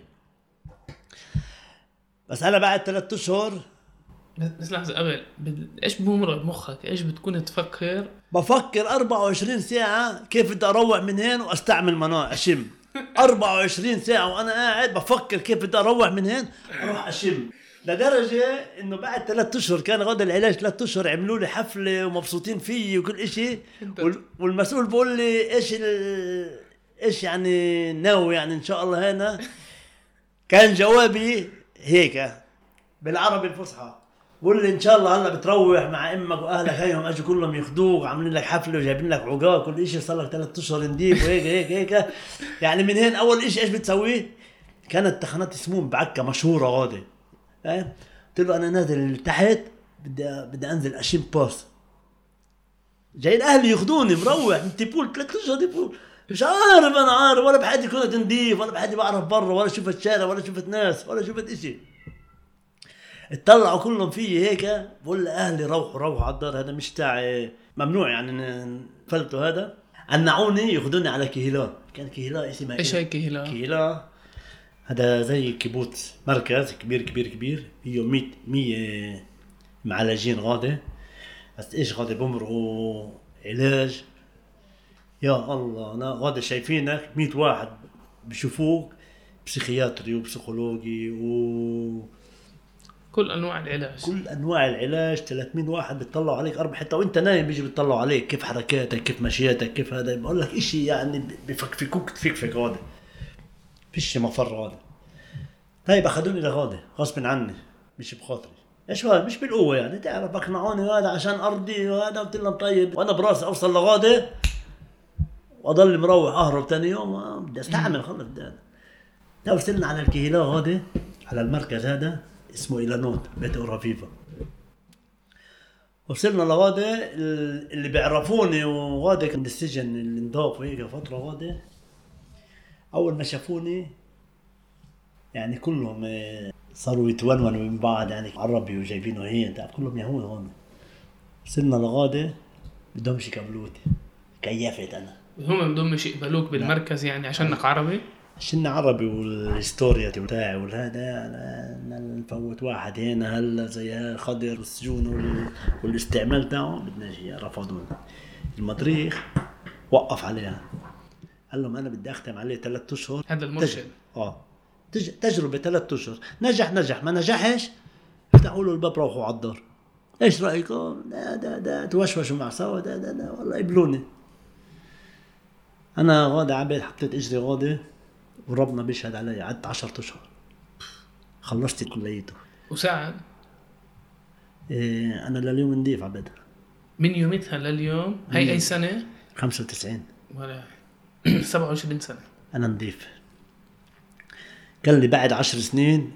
بس أنا بعد 3 أشهر بس لحظة قبل إيش بمرق بمخك؟ إيش بتكون تفكر؟ بفكر 24 ساعة كيف بدي أروح من هين وأستعمل مناع أشم. 24 ساعة وأنا قاعد بفكر كيف بدي أروح من هين أروح أشم. لدرجة إنه بعد 3 أشهر كان غدا العلاج 3 أشهر عملوا لي حفلة ومبسوطين فيي وكل إشي. والمسؤول بقول لي إيش يعني ناوي يعني إن شاء الله هنا. كان جوابي هيك بالعربي الفصحى بقول لي إن شاء الله هلا بتروح مع أمك وأهلك هيهم أجوا كلهم يخدوك عاملين لك حفلة وجايبين لك عقاب كل إشي صار لك 3 أشهر نديف وهيك هيك يعني. من هين أول إشي إيش بتسويه؟ كانت تخنات سموم بعكا مشهورة غادي. قلت له أنا نازل تحت بدي أنزل أشم باص. جايين أهلي يخدوني مروح من تيبول 3 أشهر تيبول مش عارف. أنا عارف ولا بحدي كنت نضيف ولا بحدي بعرف برا ولا شفت شارع ولا شفت ناس ولا شفت إشي. اتطلعوا كلهم فيه هيك. بقول لأهلي روحوا على الدار هذا مش تاع ممنوع يعني فلتوا هذا. عنعوني ياخذوني على كهيلا. كان كهيلا اسمها ايش هي كهيلا؟ كهيلا هذا زي كيبوتس مركز كبير كبير كبير فيه 100 معالجين غادي. بس ايش غادي بمرقوا علاج يا الله. انا غادي شايفينك 100 واحد بشوفوك بسيخياتري وبسيكولوجي كل انواع العلاج 300 واحد بيطلعوا عليك 4 حتى وانت نايم بيجي بيطلعوا عليك كيف حركاتك كيف مشياتك كيف هذا. بقول لك اشي يعني بفكفكوك تفكفك هذا فيش مفر هذا. طيب اخذوني لغادة غصب عني مش بخاطري ايش هذا مش بالقوه يعني تعرف بقنعوني هذا عشان ارضي وهذا. قلت لهم طيب وانا براسي اوصل لغادة واضل مروح اهرب ثاني يوم بدي استعمل خلص ده. وصلنا على الكهيلا غادة على المركز هذا اسمه إيلانوت بيت أورافيفا. وصلنا لغادة اللي بيعرفوني وغادة كان السجن اللي انضاف هيك فترة غادة. أول ما شافوني يعني كلهم صاروا يتونونوا من بعض يعني عربي وجايبينه هي كلهم يهود غادة. وصلنا لغادة بدهمش يقبلوتي كيفت أنا. هم بدهمش يقبلوك بالمركز يعني عشانك عربي؟ عشان عربي والهستوريا تاعي والهذا. أنا نفوت واحد هنا هلا زي خضر السجون والاستعمال تاعه بدنا شيء. رفضوني. المدريخ وقف عليها قال لهم أنا بدي أختم عليه 3 أشهر. هذا المرشد تجربة 3 أشهر نجح ما نجحش افتحوا له الباب روحوا على الدار. إيش رأيكم؟ ده توشوشوا مع سوا ده والله قبلوني. أنا غادة عبيد حطيت إجري غادة وربنا بيشهد علي قعدت 10 أشهر خلصت كليته. وساعد أنا لليوم نضيف عبد من يومتها لليوم. هاي أي سنة؟ 95 ولا 27 سنة أنا نضيف. قال لي بعد 10 سنين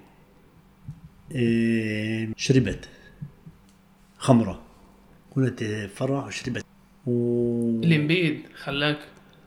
شربت خمرة كنت فرح وشربت اللي مبيد خلاك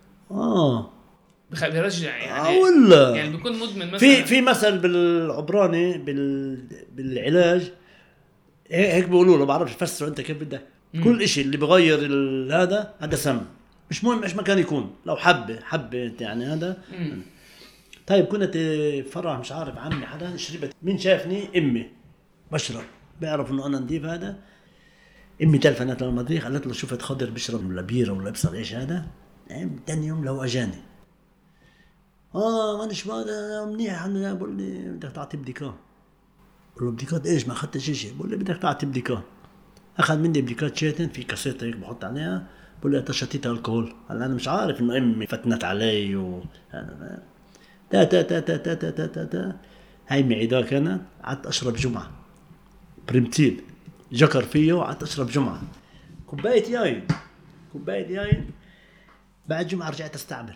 بيرجع يعني ولا يعني بيكون مدمن مثلا. في مثل بالعبراني بالعلاج هيك بيقولوا له بعرفش افسره انت كيف بدك. كل اشي اللي بغير هذا سم مش مهم ايش ما كان يكون. لو حبه انت يعني هذا طيب كنت فرح مش عارف عمي حدا شربت. مين شافني؟ امي بشرب بيعرف انه انا نضيف. هذا امي تلفنت للمدريخ قالت له شفت خضر بيشرب ولا بيره ولا بيصير ايش هذا. تاني يوم لو اجاني مانيش هذا منيح. انا بقول لي بدك تعطي بديكا بقول له بديكات ايش؟ ما اخذتش شيء. بقول لي بدك تعطي بديكات. اخذ مني بديكات شيتن في كاسيته هيك بحط عليها. بقول لي انت شتيت الكحول. هلا انا مش عارف انه امي فتنت علي تا تا تا تا تا تا تا تا. هاي معده كانت. قعدت اشرب جمعه بريمتيل جكر فيه وقعدت اشرب جمعه كوبايه ياين. بعد جمعه رجعت استعمل.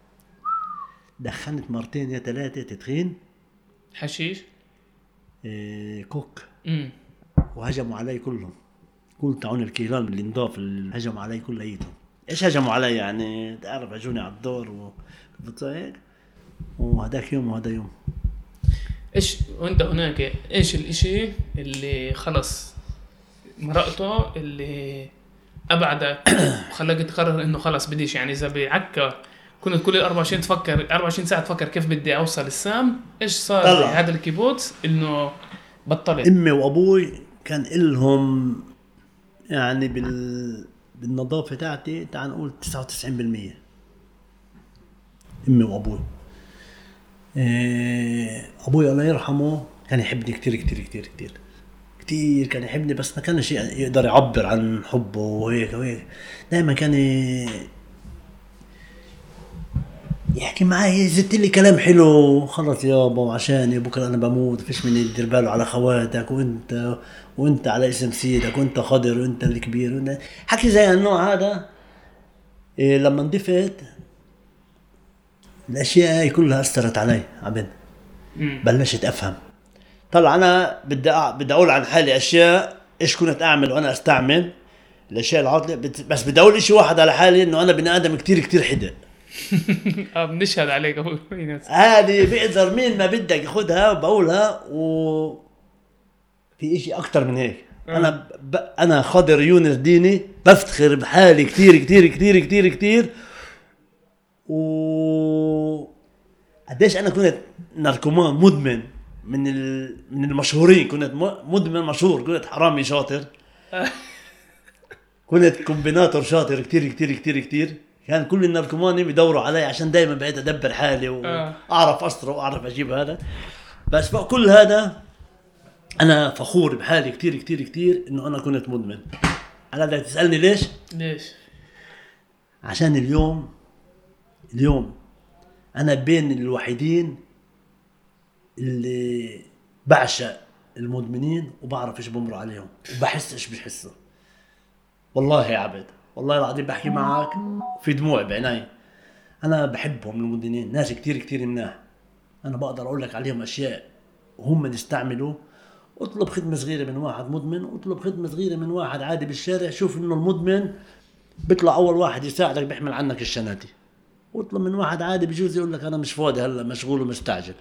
دخنت مرتين يا ثلاثه تدخين حشيش كوك. وهجموا علي كلهم. كل تعون الكيلان اللي انضاف هجموا علي كليتهم. ايش هجموا علي يعني؟ تعرف اجوني على الدور هيك. وهداك يوم وهذا يوم. ايش وانت هناك ايش الاشي اللي خلص مرقته اللي ابعدك خلاك تقرر انه خلص بديش، يعني اذا بعكا كنت كل 24 ساعه تفكر كيف بدي اوصل السام، ايش صار هذا الكيبوتس انه بطلت؟ امي وابوي كان إلهم يعني بالنظافه تاعتي تعال نقول 99%. امي وابوي. ابوي الله يرحمه كان يحبني كتير كتير كتير كتير كتير. كان يحبني بس ما كانش يقدر يعبر عن حبه وهيك وهيك. دائما كان يحكي معي يزت لي كلام حلو. خلص يابا وعشاني بكره انا بموت فيش من يدير باله على خواتك وانت على اسم سيدك وانت خضر وانت الكبير حكي زي النوع هذا. لما انضفت الاشياء هاي كلها اثرت علي عبد. بلشت افهم. طلع انا بدي اقول عن حالي اشياء ايش كنت اعمل وانا استعمل الاشياء العاطله. بس بدي اقول شيء واحد على حالي انه انا بني ادم كتير كتير حدق. بنشهد عليك هذه بيقدر مين ما بدك ياخدها وبقولها. في اشي اكتر من هيك. انا خضر يونس ديني بفتخر بحالي كتير كتير كتير كتير كتير. قديش انا كنت ناركومان مدمن من المشهورين. كنت مدمن مشهور. كنت حرامي شاطر. كنت كومبيناتور شاطر كتير كتير كتير كتير. كان كل الناركوماني بيدوروا علي عشان دايما بقيت ادبر حالي واعرف اسرق واعرف اجيب هذا. بس فوق كل هذا انا فخور بحالي كتير كتير كتير انه انا كنت مدمن. على بدك تسالني ليش؟ عشان اليوم انا بين الوحيدين اللي بعشق المدمنين وبعرف ايش بمر عليهم وبحس ايش بيحسوا. والله يا عبد والله العظيم بحكي معك في دموع بعيني. انا بحبهم المدمنين. ناس كتير كتير مناح. انا بقدر اقول لك عليهم اشياء وهم يستعملوا. اطلب خدمه صغيره من واحد مدمن واطلب خدمه صغيره من واحد عادي بالشارع. شوف انه المدمن بيطلع اول واحد يساعدك بيحمل عنك الشناتي. واطلب من واحد عادي بجوز يقول لك انا مش فاضي هلا مشغول ومستعجل.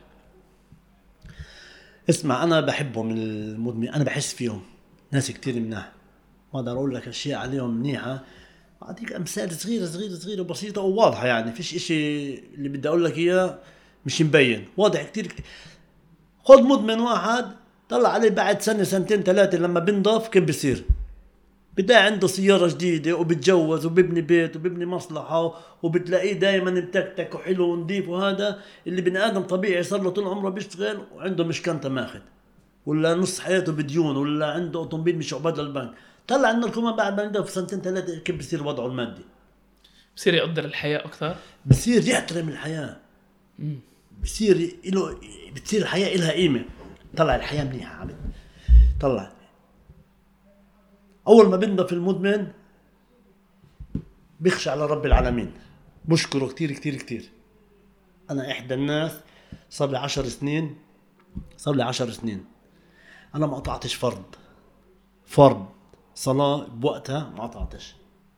اسمع انا بحبهم المدمن. انا بحس فيهم ناس كتير مناح. ما اقدر اقول لك اشياء عليهم منيحه. اعطيك امثال صغيره صغيره صغيره بسيطه وواضحه. يعني فيش اشي اللي بدي اقول لك اياه مش مبين واضح كتير كتير. خذ مدمن واحد طلع عليه بعد سنه سنتين ثلاثه لما بنضاف كيف بيصير. بدأ عنده سيارة جديدة وبتجوز وببني بيت وببني مصلحة وبتلاقيه دايما متكتك وحلو ونضيف. وهذا اللي بني آدم طبيعي صار له طول عمره بيشتغل وعنده مشكنة ماخد ولا نص حياته بديون ولا عنده أوتومبيل مش عقبال للبنك. طلع عنا الكمان بعد ما ندفع سنتين ثلاثة كيف بصير وضعه المادي. بصير يقدر الحياة أكثر. بصير يحترم الحياة. بصير الحياة إلها قيمة. طلع الحياة منيحة عمل. طلع أول ما بنضف المدمن بيخشى على رب العالمين. بشكره كتير كتير كتير. أنا إحدى الناس صار لي 10 سنين أنا ما قطعتش فرض صلاة بوقتها. ما قطعتش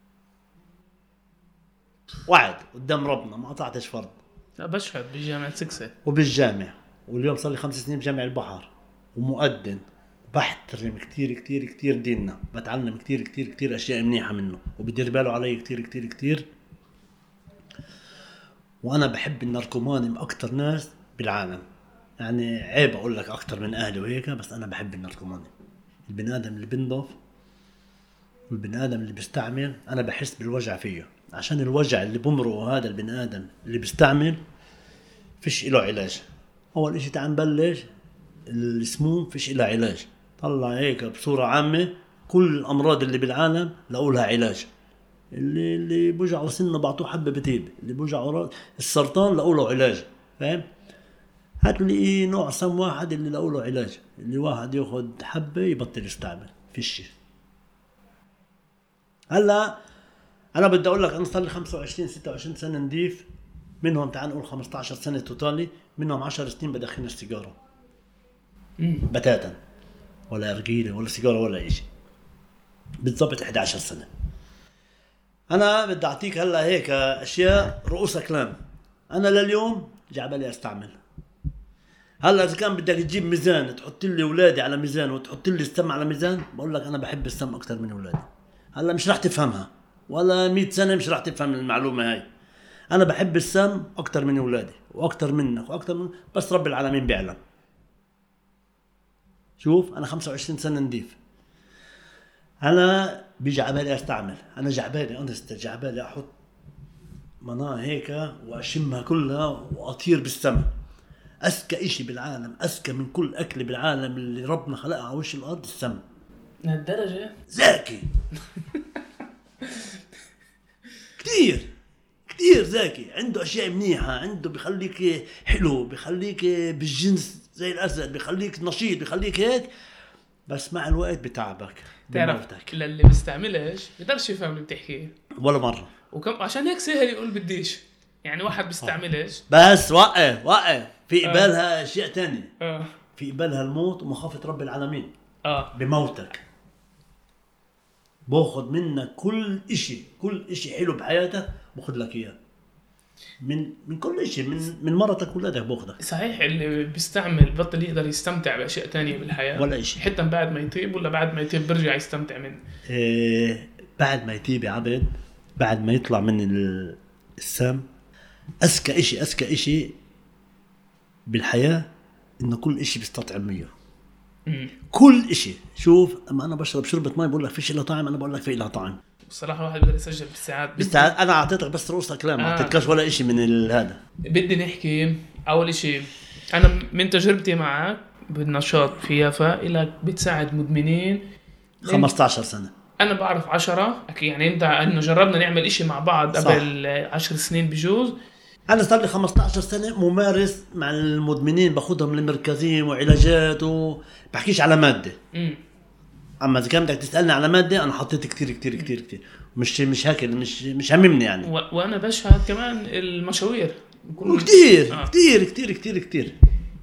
وعد قدام ربنا ما قطعتش فرض. لا بشهد بجامعة سكسة وبالجامع. واليوم صار لي 5 سنين بجامع البحر ومؤذن. بحترم كتير كتير كتير ديننا. بتعلم كتير كتير كتير أشياء منيحة منه وبدير باله علي كتير كتير كتير. وأنا بحب الناركومان أكتر ناس بالعالم. يعني عيب أقول لك أكتر من أهلي وهيك بس أنا بحب الناركومان. البني آدم اللي بنضف والبني آدم اللي بيستعمل أنا بحس بالوجع فيه. عشان الوجع اللي بمرقه هذا البني آدم اللي بيستعمل فيش له علاج. أول إشي تعال نبلش السموم فيش إلها علاج. طلع هيك بصورة عامة كل الأمراض اللي بالعالم لقوا لها علاج. اللي بوجعوا سنة بعطوه حبة بتيب، اللي بوجعوا السرطان لقوا له علاج. فاهم؟ هات لي نوع سم واحد اللي لقوا له علاج. اللي واحد ياخد حبة يبطل يستعمل فيش. هلا أنا بدي أقول لك أنا صار لي 25-26 سنة نضيف، منهم تعال نقول 15 سنة توتالي، منهم 10 سنين بدخن السيجارة بتاتا، ولا أرجيلة ولا سيجارة ولا إشي. بالضبط 11 سنة. أنا بدي أعطيك هلا هيك أشياء رؤوس كلام. أنا لليوم جعبالي أستعمل. هلا إذا كان بدك تجيب ميزان تحط لي أولادي على ميزان وتحط لي السم على ميزان، بقول لك أنا بحب السم أكتر من أولادي. هلا مش راح تفهمها ولا 100 سنة مش راح تفهم المعلومة هاي. أنا بحب السم أكتر من أولادي وأكتر منك وأكتر من، بس رب العالمين بيعلم. شوف أنا 25 سنة نضيف، أنا بيجي عبالي أستعمل. أنا جعبالي أنست جعبالي أحط مناة هيك وأشمها كلها وأطير بالسم. أذكى إشي بالعالم، أذكى من كل أكل بالعالم اللي ربنا خلقها على وش الأرض السم. لهالدرجة؟ ذكي كتير كتير ذكي. عنده أشياء منيحة، عنده بيخليك حلو، بيخليك بالجنس زي الأسد، بيخليك نشيط، بيخليك هيك. بس مع الوقت بتعبك. تعرف للي بيستعملش بيقدرش يفهم اللي بتحكيه ولا مرة. وكم عشان هيك سهل يقول بديش. يعني واحد بيستعملش بس وقف في قبالها أشياء تانية. في قبالها الموت ومخافة رب العالمين. بموتك باخد منك كل إشي حلو بحياتك، باخد لك إياه من كل إشي، من مرتك ولادك باخدك. صحيح. اللي بيستعمل بطل يقدر يستمتع بأشياء تانية بالحياة ولا إشي. حتى بعد ما يطيب، ولا بعد ما يطيب برجع يستمتع منه؟ بعد ما يطيب يا عبد، بعد ما يطلع من السام، أذكى إشي بالحياة إنه كل إشي بيستطعم ميه. كل إشي. شوف أما أنا بشرب شربة ماء بقول لك فيش إلا طعم، أنا بقول لك في إلا طعم. بصراحة الواحد بيقدر يسجل بالساعات. أنا أعطيتك بس رؤوس كلام، ما أعطيتكش ولا إشي من هذا. بدي نحكي أول إشي، أنا من تجربتي معك بالنشاط في يافا إلك بتساعد مدمنين 15 سنة. أنا بعرف 10 يعني. أنت إنه جربنا نعمل إشي مع بعض قبل 10 سنين بجوز. أنا صار لي 15 سنة ممارس مع المدمنين، باخدهم للمركزين وعلاجات، وبحكيش على مادة. أما إذا كان بدك تسألني على مادة، أنا حطيت كتير كتير كتير كتير. مش هيك، مش هممني يعني. وأنا بشهد كمان المشاوير كتير كتير كتير كتير كتير.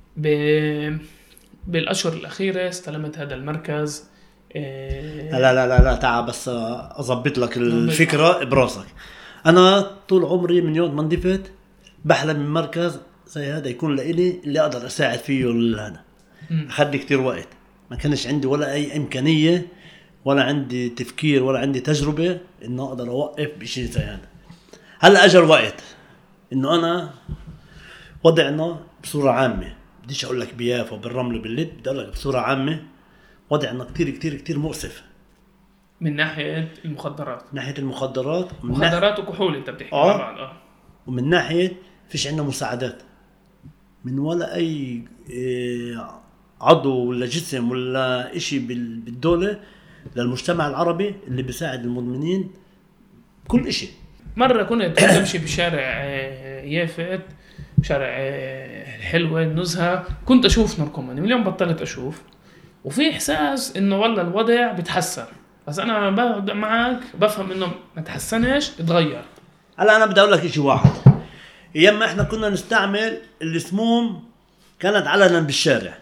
بالأشهر الأخيرة استلمت هذا المركز. لا تعال بس أضبط لك الفكرة براسك. أنا طول عمري من يوم ما نضفت بحلم من مركز زي هذا يكون لإلي اللي أقدر أساعد فيه هذا. أخذ لي كتير وقت، ما كانش عندي ولا أي إمكانية ولا عندي تفكير ولا عندي تجربة إنه أقدر أوقف بشيء زي هذا. هلأ أجل وقت إنه أنا وضعنا بصورة عامة، بديش أقول لك بيافا وبالرمل وباللد، بدي أقول لك بصورة عامة وضعنا كتير كتير كتير مؤسف. من ناحية المخدرات، مخدرات وكحول انت بتحكي مع بعض. ومن ناحية فيش عندنا مساعدات من ولا أي عضو ولا جسم ولا إشي بالدولة للمجتمع العربي اللي بيساعد المدمنين كل إشي. مرة كنت أمشي بشارع يافت، شارع الحلوة النزهة، كنت أشوف نركوماني. اليوم بطلت أشوف، وفي إحساس إنه والله الوضع بتحسن، بس أنا بقعد معك بفهم إنه ما تحسنش، اتغير. هلا أنا بدي أقول لك إشي واحد. أيام ما إحنا كنا نستعمل السموم كانت علنا بالشارع.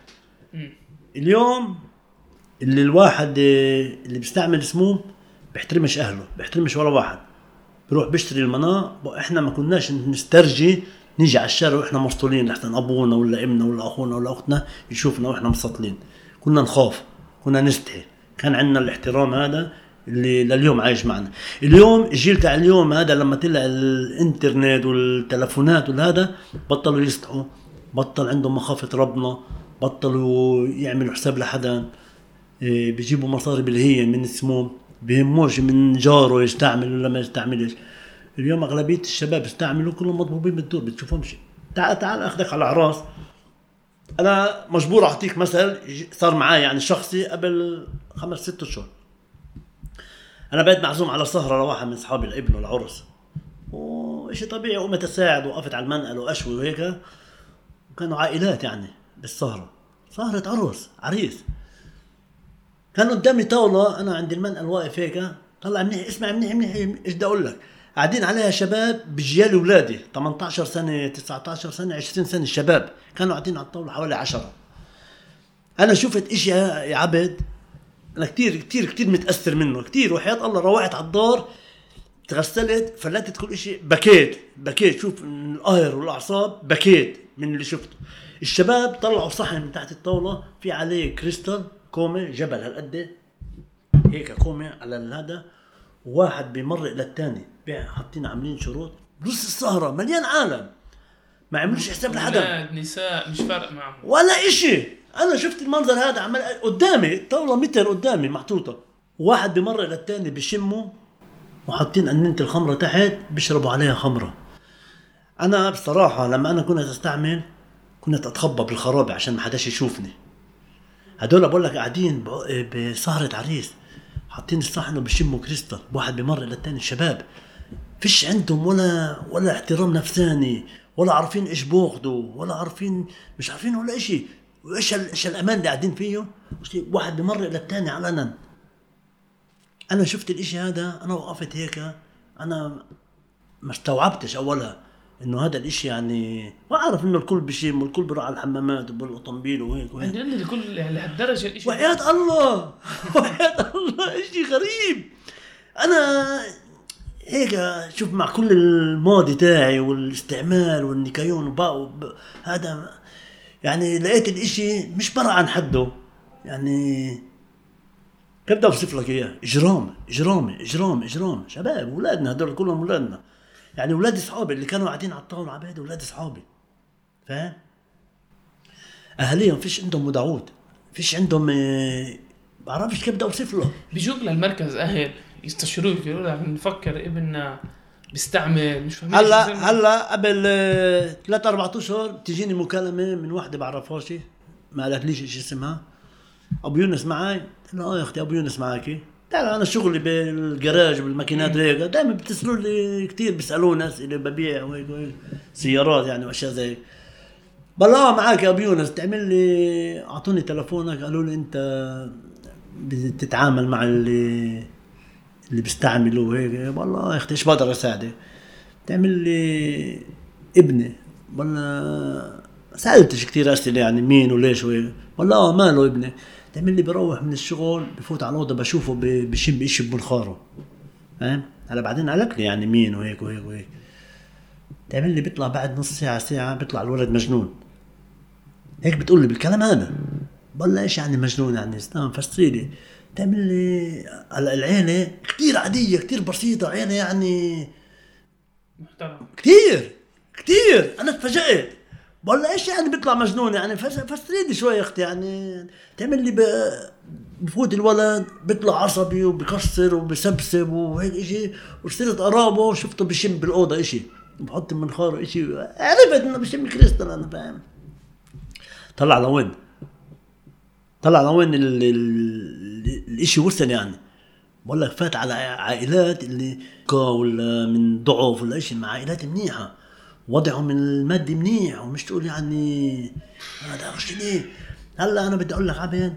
اليوم اللي الواحد اللي بيستعمل سموم بيحترمش أهله، بيحترمش ولا واحد، بيروح بيشتري المناة. إحنا ما كناش نسترجي نيجي على الشارع وإحنا مسطولين لحسن أبونا ولا إمنا ولا أخونا ولا أختنا يشوفنا وإحنا مسطولين. كنا نخاف، كنا نستحي، كان عندنا الاحترام هذا اللي لليوم عايش معنا. اليوم الجيل تاع اليوم هذا لما طلع الانترنت والتلفونات والهذا بطلوا يستحوا، بطل عندهم مخافة ربنا، بطلوا يعملوا حساب لحدا، بيجيبوا مصاري بالهية من السموم، بيهموش من جاره يستعمل ولا ما يستعملش. اليوم أغلبية الشباب يستعملوا كلهم مضبوبين بالدور، بتشوفهم شيء. تعال أخذك على عراس انا مجبور اعطيك مثل صار معي يعني شخصي قبل 5-6 شهور. انا بقيت معزوم على سهره لواحد من اصحابي لابنه العرس، وشيء طبيعي قمت اساعد وقفت على المنقل واشوي وهيك. كانوا عائلات يعني بالسهره، سهره عرس عريس. كان قدامي طاوله، انا عند المنقل واقف هيك، طلع منيح، اسمع منيح ايش بدي اقول لك. قاعدين عليها شباب بجيال اولادي 18 سنه 19 سنه 20 سنه، الشباب كانوا قاعدين على الطاوله حوالي 10. انا شفت اشي يا عبد، انا كتير كتير كتير متاثر منه كتير، وحياة الله روحت على الدار، تغسلت، فلتت كل اشي، بكيت شوف من القهر والاعصاب، بكيت من اللي شفته. الشباب طلعوا صحن من تحت الطاوله في عليه كريستال كومه، جبل هالقد هيك كومه على هذا، وواحد بيمر الى الثاني حاطين عاملين شروط. نص السهره مليان عالم، ما عملوش حساب لحدا، نساء مش فارق معهم ولا اشي. انا شفت المنظر هذا عمل قدامي، طاوله متر قدامي محطوطه، واحد بمر الى الثاني بيشموا، وحاطين أنينة الخمرة تحت بيشربوا عليها خمرة. أنا بصراحة لما أنا كنت أستعمل كنت أتخبى بالخرابة عشان ما حداش يشوفني. هدول بقول لك قاعدين بسهرة عريس، حاطين الصحن وبيشموا كريستال، واحد بمر إلى الثاني. الشباب فيش عندهم ولا احترام نفساني، ولا عارفين إيش بوخدوا، ولا عارفين، مش عارفين ولا إشي، وإيش الأمان اللي قاعدين فيه. واحد بمر إلى الثاني علنا. أنا شفت الإشي هذا، أنا وقفت هيك، أنا ما استوعبتش أولها إنه هذا الإشي يعني، وأعرف إنه الكل بيشم والكل بيروح على الحمامات وبالأوتومبيل وهيك عند الكل لهالدرجة الإشي. وحياة الله وحياة الله إشي غريب. أنا هيك شوف مع كل الماضي تاعي والاستعمال والنكايون هذا يعني لقيت الإشي مش برا عن حده يعني. كيف بدي اوصف لك اياه؟ اجرام شباب، اولادنا هدول كلهم اولادنا، يعني اولاد اصحابي اللي كانوا قاعدين على الطاوله عباد، اولاد اصحابي، فاهم؟ اهاليهم فيش عندهم مدعوت، فيش عندهم بعرفش كيف بدي اوصف له. بيجوك للمركز اهل يستشيروك، يقولوا لك نفكر ابننا بيستعمل، مش فاهمين. هلا قبل 3-4 اشهر تجيني مكالمه من واحده بعرفهاش، ما قالتليش ايش اسمها، ابو يونس معاي؟ لا يا اختي ابو يونس معاكي؟ تعال انا شغلي بالجراج بالماكينات هيك، دائما بيتصلوا لي كثير، بيسالوني اسئله، ببيع وهيك سيارات يعني واشياء زي. بالله معاك يا ابو يونس، تعمل لي، اعطوني تلفونك، قالوا لي انت بتتعامل مع اللي بيستعملوا هيك. والله يا اختي ايش بقدر اساعدك؟ تعمل لي ابني، والله سالتش كثير اسئله يعني مين وليش وهيك. والله ماله ابني؟ تعمل لي بروح من الشغل بفوت على الأوضة بشوفه بشم إشي ببخاره، فاهم؟ هلا بعدين قالت لي يعني مين وهيك وهيك وهيك. تعمل لي بيطلع بعد نص ساعة بيطلع الولد مجنون، هيك بتقول لي بالكلام هذا. والله إيش يعني مجنون؟ يعني استنى فسري لي. تعمل لي العيلة كتير عادية كتير بسيطة، عيلة يعني محترم كتير. أنا تفاجأت، والله ايش يعني بيطلع مجنون؟ يعني فسريني شوي يا اختي. يعني تعمل لي بفوت الولد بيطلع عصبي وبكسر وبسبسب وهيك اشي، وصرت قرابه وشفته بشم بالاوضه اشي، بحط من خاره اشي، عرفت انه بشم كريستال. انا فاهم. طلع لوين الاشي وصل يعني. بقول لك فات على عائلات اللي ولا من ضعف ولا اشي، مع عائلات منيحه وضعهم المادي منيح، ومش تقول يعني هذا أخشني. هلا أنا بدي أقول لك عبين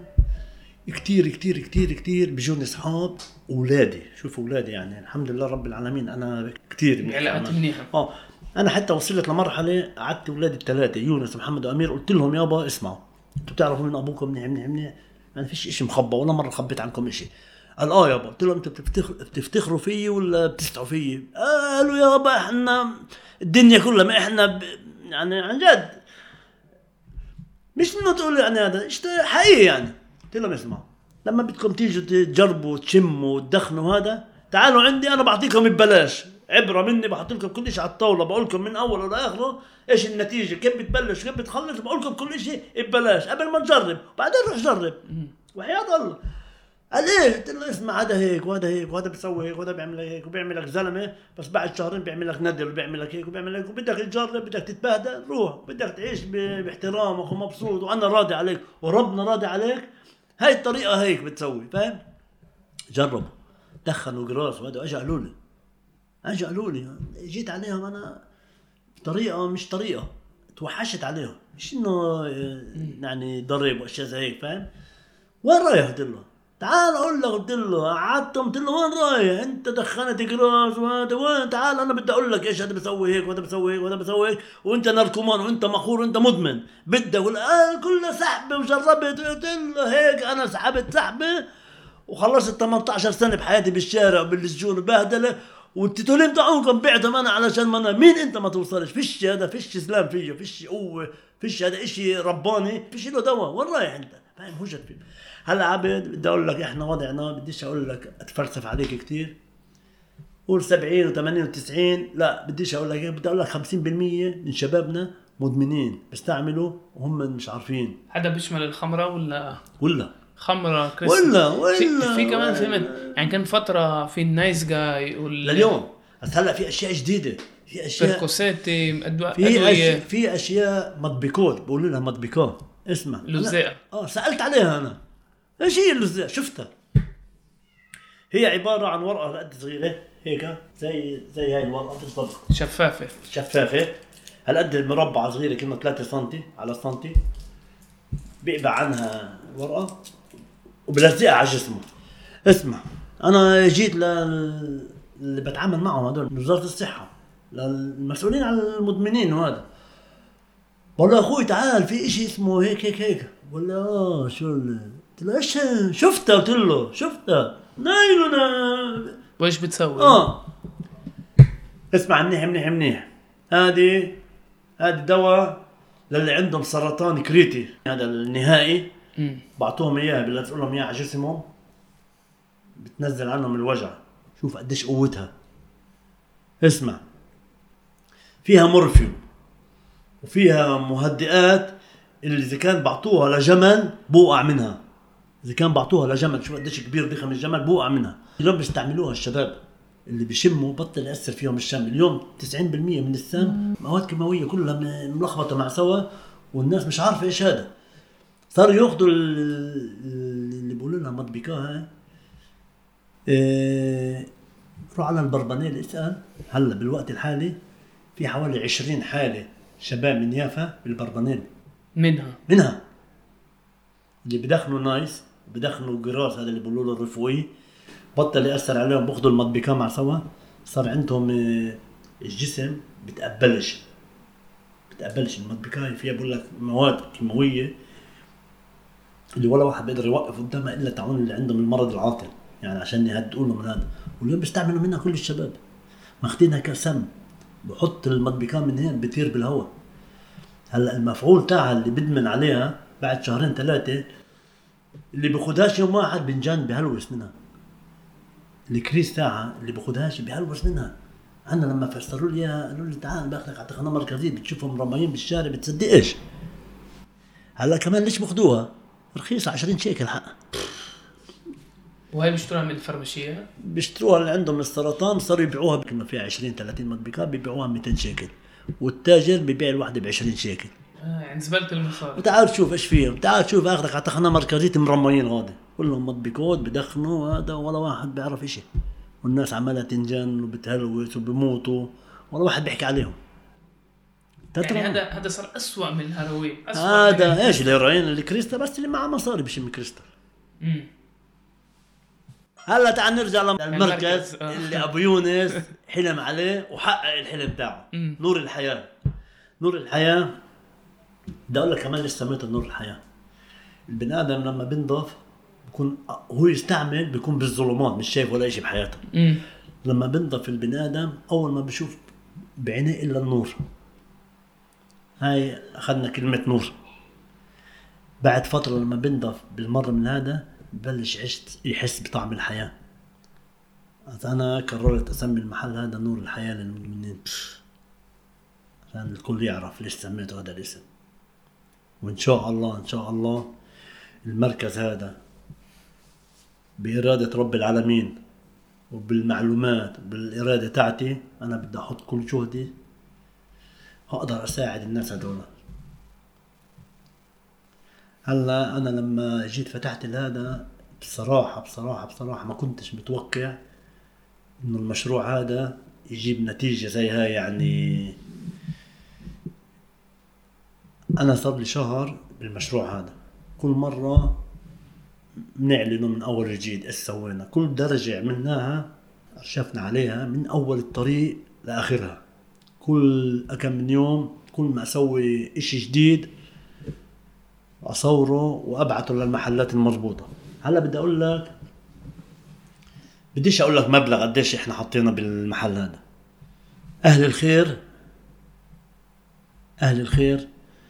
كتير بيجوني أصحاب أولادي. شوف أولادي يعني الحمد لله رب العالمين، أنا كتير علاقات منيحة. أنا حتى وصلت لمرحلة قعدت أولادي الثلاثة يونس ومحمد وأمير، قلت لهم يابا اسمعوا، أنتوا بتعرفوا من أبوكم منيح، يعني فيش إشي مخبى، ولا مرة خبيت عنكم إشي. قال يابا. قلت لهم أنتوا بتفتخروا فيي ولا بتستعوا فيي؟ قالوا يابا إحنا الدنيا كلها، ما إحنا يعني عن جد، مش إنه تقولوا يعني هذا إيش حقيقي يعني. قلت لهم اسمعوا، لما بدكم تيجوا تجربوا تشموا وتدخنوا هذا، تعالوا عندي أنا بعطيكم ببلاش، عبرة مني، بحط لكم كل شيء على الطاولة، بقول لكم من أول لآخره إيش النتيجة، كيف بتبلش كيف بتخلص، بقول لكم كل شيء ببلاش قبل ما نجرب، وبعدين روح جرب وحياة الله. قال ايه؟ قلت له اسمع، هذا هيك وهذا هيك وهذا بيسوي هيك وهذا بيعمل هيك وبيعمل لك زلمه، بس بعد شهرين بيعمل لك ندل وبيعمل لك هيك وبيعمل لك، وبدك تجرب، بدك تتبهدل، روح، بدك تعيش باحترامك ومبسوط وانا راضي عليك وربنا راضي عليك، هاي الطريقه هيك بتسوي، فاهم؟ جربوا، دخلوا جراس وهذا، اجوا قالوا لي جيت عليهم انا طريقه مش طريقه، توحشت عليهم، مش انه يعني ضرب واشياء زي هيك، فاهم؟ وين رايح؟ قلت له تعال اقول لك، قلت له قعدتهم، قلت له وين رايح انت؟ دخلت جراس وهذا، وين؟ تعال انا بدي اقول لك ايش هذا بيسوي هيك وهذا بيسوي هيك وهذا بيسوي هيك، وانت ناركومان وانت مخور وانت مدمن، بدي اقول كله سحبه وجربت. قلت له هيك انا سحبت سحبه وخلصت 18 سنه بحياتي بالشارع وبالسجون وبهدله، والتتولين بتاعونكم بعتهم انا علشان ما انا مين انت ما توصلش، فيش هذا، فيش اسلام فيه، فيش قوه، فيش هذا اشي رباني، فيش له دواء، وين رايح انت؟ فاهم؟ هجت فيه. هلا عبد بدي اقول لك احنا وضعنا، بديش اقول لك اتفلسف عليك كتير، قول 70 و80 و90، لا بديش اقول لك، بدي اقول لك 50% من شبابنا مدمنين بيستعملوا وهم مش عارفين. هذا بيشمل الخمره ولا خمره ولا في كمان فهمت يعني، كان فتره في النايس جاي لليوم، بس هلا في اشياء جديده، في اشياء بيركوسيتي في اشياء مطبيكات، بقولوا لها مطبيكات، اسمع لزقه. سالت عليها انا، ايش هي اللزقه؟ شفتها، هي عباره عن ورقه قد صغيره هيك، زي هاي الورقه بالضبط، شفافه هالقد مربع صغيره، كنا 3 سم على سنتي، بيقبع عنها ورقه وبلزقها على جسمه. اسمع، انا جيت اللي بتعامل معهم هذول وزاره الصحه، للمسؤولين عن المدمنين، وهذا بقول له اخوي تعال في اشي اسمه هيك هيك هيك، ولا شو قلت له ايش؟ شفتها، قلت له شفتها نايلنا، وايش بتسوي؟ اسمع منيح، هذه دواء للي عندهم سرطان كريتي، هذا النهائي، بعطوهم اياه، بلزقوا لهم اياه على جسمهم، بتنزل عنهم الوجع. شوف قديش قوتها. اسمع، فيها مورفيوم وفيها مهدئات، اللي اذا كان بعطوها لجمل بوقع منها، اذا كان بعطوها لجمل، شوف قديش كبير ضخم الجمل، بوقع منها. اليوم بيستعملوها الشباب اللي بيشموا، بطل يأثر فيهم الشم. اليوم 90% من السم مواد كيماويه كلها ملخبطه مع سوا، والناس مش عارفه ايش هذا. صاروا ياخذوا اللي بيقولوا لها مطبيكاه، روح على البربانيل اسال، هلا بالوقت الحالي في حوالي 20 حاله شباب من يافا بالبربانيل، منها اللي بدخنوا نايس، بدخنوا جراس، هذا اللي بيقولوا له الرفوي، بطل يأثر عليهم، باخذوا المطبيكاه مع سوا، صار عندهم الجسم بتقبلش المطبيكاه فيها بقول لك مواد كيماويه اللي ولا واحد بيقدر يوقف قدامها الا تعون اللي عندهم المرض العاطل، يعني عشان يهدئوا لهم من هذا. واليوم بيستعملوا منها كل الشباب، ماخذينها كسم، بحط المطبيكاه من هنا بيطير بالهواء. هلا المفعول تاعها اللي بدمن عليها بعد 2-3 شهور، اللي بياخدهاش يوم واحد بنجان بهلوس منها. الكريس تاعها اللي بياخدهاش بهلوس منها. انا لما فسروا لي قالوا لي تعال باخذك على تخانه مركزيه، بتشوفهم رمايين بالشارع بتصدقش. هلا كمان ليش باخدوها؟ رخيصه 20 شيكل حق. وهي بيشتروها من الفرمشيه، بيشتروها اللي عندهم السرطان، صاروا يبيعوها كنا فيها 20-30 مطبيكات، بيبيعوها 200 شيكل، والتاجر بيبيع الواحده ب20 شيكل. يعني زبلت المصاري. وتعال تشوف ايش فيهم، تعال تشوف اخذك على تخانه مركزيه مرميين، هذا كلهم مطبيكات بدخنوا، هذا ولا واحد بيعرف اشي، والناس عمالة تنجن وبتهلوس وبموتوا، ولا واحد بيحكي عليهم. يعني هذا صار أسوأ من الهيروين. هذا ايش الهيروين؟ الكريستال بس اللي معه مصاري بشم كريستال. هلا تعال نرجع للمركز اللي ابو يونس حلم عليه وحقق الحلم تاعه. نور الحياة بدي اقول لك كمان ليش سميته نور الحياة. البني ادم لما بينضف بيكون هو يستعمل، بيكون بالظلمات مش شايف ولا شيء بحياته. لما بينضف البني ادم اول ما بيشوف بعينيه الا النور. هاي اخذنا كلمة نور. بعد فترة لما بينضف بالمرة من هذا ببلش يحس بطعم الحياة. انا قررت اسمي المحل هذا نور الحياة للمدمنين، عشان الكل يعرف ليش سميته هذا الاسم. وان شاء الله المركز هذا بإرادة رب العالمين وبالمعلومات بالإرادة تاعتي أنا بدي أحط كل جهدي أقدر أساعد الناس هذولا. هلا أنا لما جيت فتحت هذا بصراحة ما كنتش متوقع إنه المشروع هذا يجيب نتيجة زي هاي. يعني أنا صار لي شهر بالمشروع هذا، كل مرة بنعلنه من أول جديد إيش سوينا، كل درجة عملناها أرشفنا عليها من أول الطريق لآخرها. كل كم من يوم كل ما أسوي إشي جديد أصوره وأبعته للمحلات المضبوطة. هلا بدي أقول لك، بديش أقول لك مبلغ قديش إحنا حطينا بالمحل هذا. أهل الخير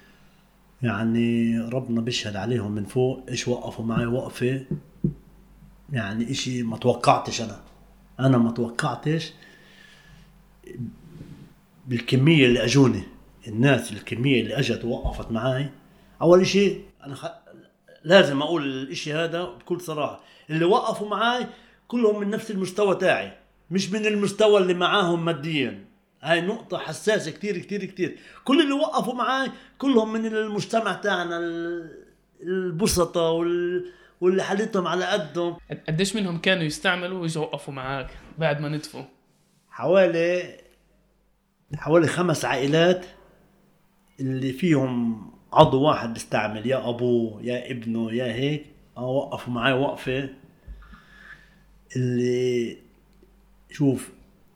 يعني ربنا بيشهد عليهم من فوق إيش وقفوا معي وقفة، يعني إشي ما توقعتش. أنا ما توقعتش بالكمية اللي أجوني الناس، الكمية اللي أجت ووقفت معي. أول إشي أنا لازم أقول الإشي هذا بكل صراحة، اللي وقفوا معي كلهم من نفس المستوى تاعي، مش من المستوى اللي معاهم ماديا. هاي نقطة حساسة كتير كتير كتير. كل اللي وقفوا معي كلهم من المجتمع تاعنا البسطة واللي حالتهم على قدهم. قديش منهم كانوا يستعملوا ويجوا وقفوا معاك بعد ما ندفوا؟ حوالي 5 عائلات اللي فيهم عضو واحد بيستعمل، يا أبوه يا ابنه يا هيك، وقفوا معي وقفة. اللي شوف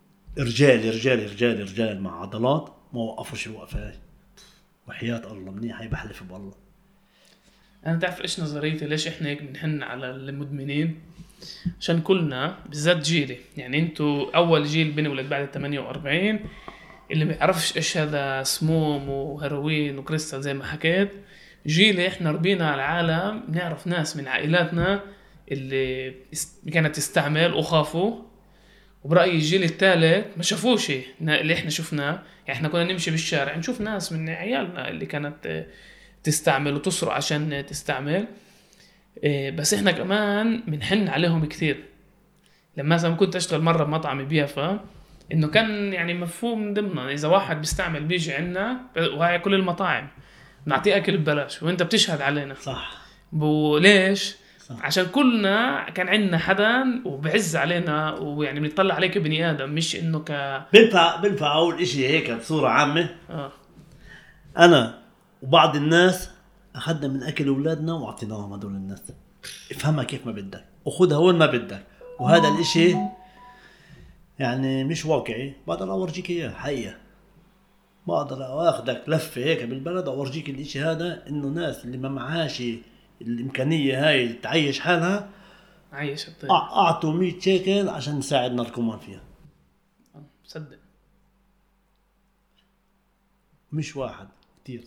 رجال مع عضلات ما وقفوش الوقفة هاي، وحياة الله منيح. هاي بحلف بالله. أنا تعرف إيش نظريتي ليش إحنا هيك بنحن على المدمنين؟ عشان كلنا بالذات جيلي، يعني أنتوا أول جيل بنولد بعد 48 اللي ما يعرفش إيش هذا سموم وهيروين وكريستال زي ما حكيت. جيلي إحنا ربينا على العالم، نعرف ناس من عائلاتنا اللي كانت تستعمل وخافوا، وبرأيي الجيل الثالث ما شافوش اللي إحنا شفناه. يعني إحنا كنا نمشي بالشارع نشوف ناس من عيالنا اللي كانت تستعمل وتسرع عشان تستعمل، بس إحنا كمان بنحن عليهم كثير. لما مثلا كنت أشتغل مرة بمطعم بيافا، إنه كان يعني مفهوم ضمنا إذا واحد بيستعمل بيجي عنا، وهي كل المطاعم نعطيه أكل ببلاش وإنت بتشهد علينا. صح. ليش؟ صح. عشان كلنا كان عندنا حدا وبعز علينا، ويعني بنطلع عليك بني آدم، مش إنه بنفع أقول إشي هيك بصورة عامة. أنا وبعض الناس أخذنا من أكل أولادنا وعطيناهم هدول الناس. افهمها كيف ما بدك وخدها وين ما بدك، وهذا الإشي يعني مش واقعي. بقدر أورجيك إياه حقيقة، بقدر أخذك لفة هيك بالبلد أورجيك الإشي هذا، إنه ناس اللي ما معهاش الإمكانية هاي تعيش حالها عايش أعطوا 100 شيكل عشان نساعد ناركومان فيها. صدق مش واحد كتير.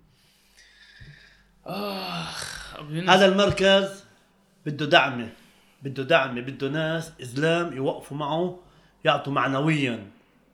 هذا المركز بده دعمه بده ناس إسلام يوقفوا معه، يعطوا معنويا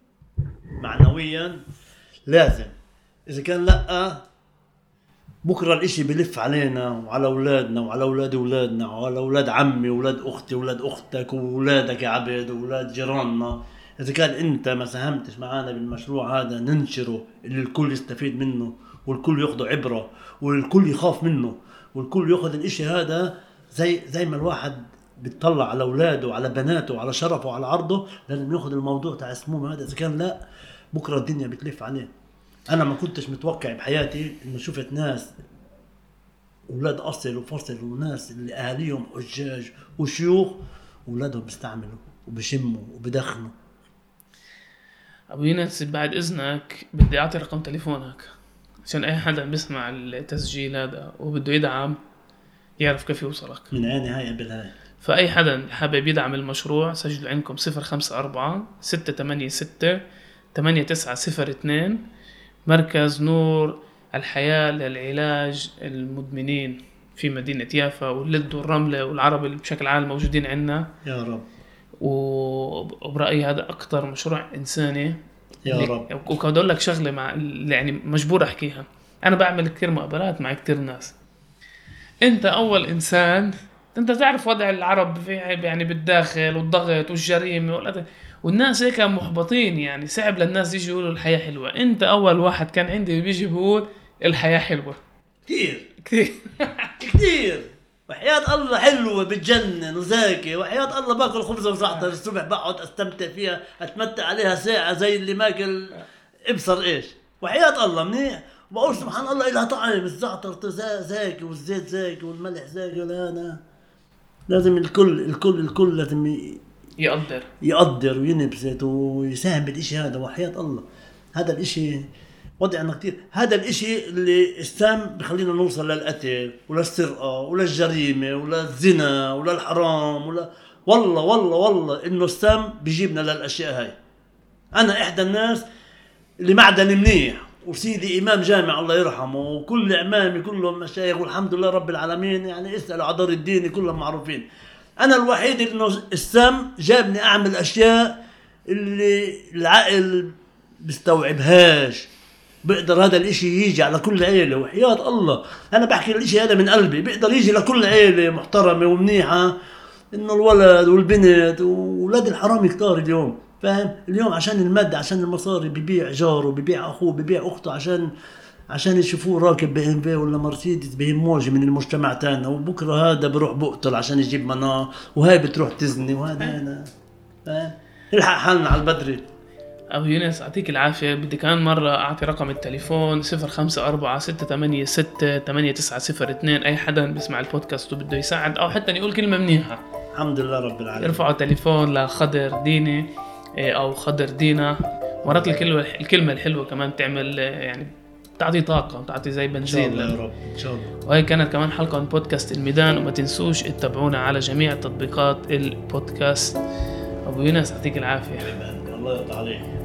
لازم. إذا كان لأ بكرة الإشي بلف علينا وعلى أولادنا وعلى أولاد أولادنا وعلى أولاد عمي وأولاد أختي وأولاد أختك وأولادك يا عبد وأولاد جيراننا. إذا كان أنت ما ساهمتش معانا بالمشروع هذا ننشره اللي الكل يستفيد منه والكل ياخده عبرة والكل يخاف منه والكل ياخذ الإشي هذا زي ما الواحد بيطلع على أولاده وعلى بناته وعلى شرفه وعلى عرضه، لازم ياخذ الموضوع تاع السموم هذا. إذا كان لا بكرة الدنيا بتلف عليه. أنا ما كنتش متوقع بحياتي إنه شفت ناس أولاد أصل وفصل وناس اللي أهاليهم حجاج وشيوخ أولادهم بيستعملوا وبيشموا وبدخنوا. أبو يونس بعد إذنك بدي أعطي رقم تليفونك عشان أي حدا بيسمع التسجيل هذا وبده يدعم يعرف كيف يوصلك. من عيني هاي قبل هاي. فأي حدا حابب يدعم المشروع سجلوا عندكم 054-686-8902 مركز نور الحياة للعلاج المدمنين في مدينة يافا واللد والرملة والعرب بشكل عام موجودين عنا يا رب. وبرأيي هذا أكتر مشروع إنساني يا رب. وكنت أقول لك شغلة مع يعني مجبور أحكيها. أنا بعمل كتير مقابلات مع كتير ناس. أنت أول إنسان انت تعرف وضع العرب في يعني بالداخل والضغط والجريمة والناس هيك محبطين، يعني صعب للناس يجي يقولوا الحياة حلوة. انت اول واحد كان عندي بيجي بيقول الحياة حلوة كتير كتير كتير، وحياة الله حلوة بتجنن وزاكي، وحياة الله باكل خبزة وزعتر الصبح بقعد استمتع فيها اتمتع عليها ساعة زي اللي ماكل ابصر ايش، وحياة الله منيح. بقول سبحان الله إلها طعم، الزعتر زاكي والزيت زاكي والملح زاكي. ولا أنا لازم الكل لازم يقدر وينبسط ويساهم بالإشي هذا. وحياة الله هذا الإشي وضعنا كتير، هذا الإشي اللي السام بخلينا نوصل للقتل وللسرقة وللجريمة وللزنا وللحرام والله إنه السام بيجيبنا للأشياء هاي. أنا إحدى الناس اللي معدن منيح، وسيدي إمام جامع الله يرحمه، وكل إمامي كلهم مشايخ والحمد لله رب العالمين، يعني اسألوا عدار الدين كلهم معروفين. أنا الوحيد إنه السام جابني أعمل أشياء اللي العقل بيستوعبهاش. بقدر هذا الاشي يجي على كل عيلة، وحياة الله أنا بحكي الاشي هذا من قلبي، بقدر يجي لكل عيلة محترمة ومنيحة، إنه الولد والبنت وولاد الحرام كتار اليوم، فاهم؟ اليوم عشان المادة عشان المصاري ببيع جاره ببيع أخوه ببيع أخته عشان يشوفوه راكب BMW ولا مرسيدس بهموش من المجتمع تاعنا، وبكرة هذا بروح بقتل عشان يجيب مناه، وهاي بتروح تزني، وهذا أنا فاهم؟ الحق حالنا على البدري. أبو يونس أعطيك العافية، بدي كان مرة أعطي رقم التليفون 0546688902، أي حدا بيسمع البودكاست وبده يساعد أو حتى يقول كلمة منيحة الحمد لله رب العالمين ارفعوا تليفون لخضر ديني أو خضر دينا. مرات الكلمة الحلوة كمان تعمل يعني تعطي طاقة، تعطي زي بنزين. يا رب إن شاء الله. وهي كانت كمان حلقة من بودكاست الميدان، وما تنسوش تتابعونا على جميع تطبيقات البودكاست. أبو يونس أعطيك العافية. الله يرضى عليك.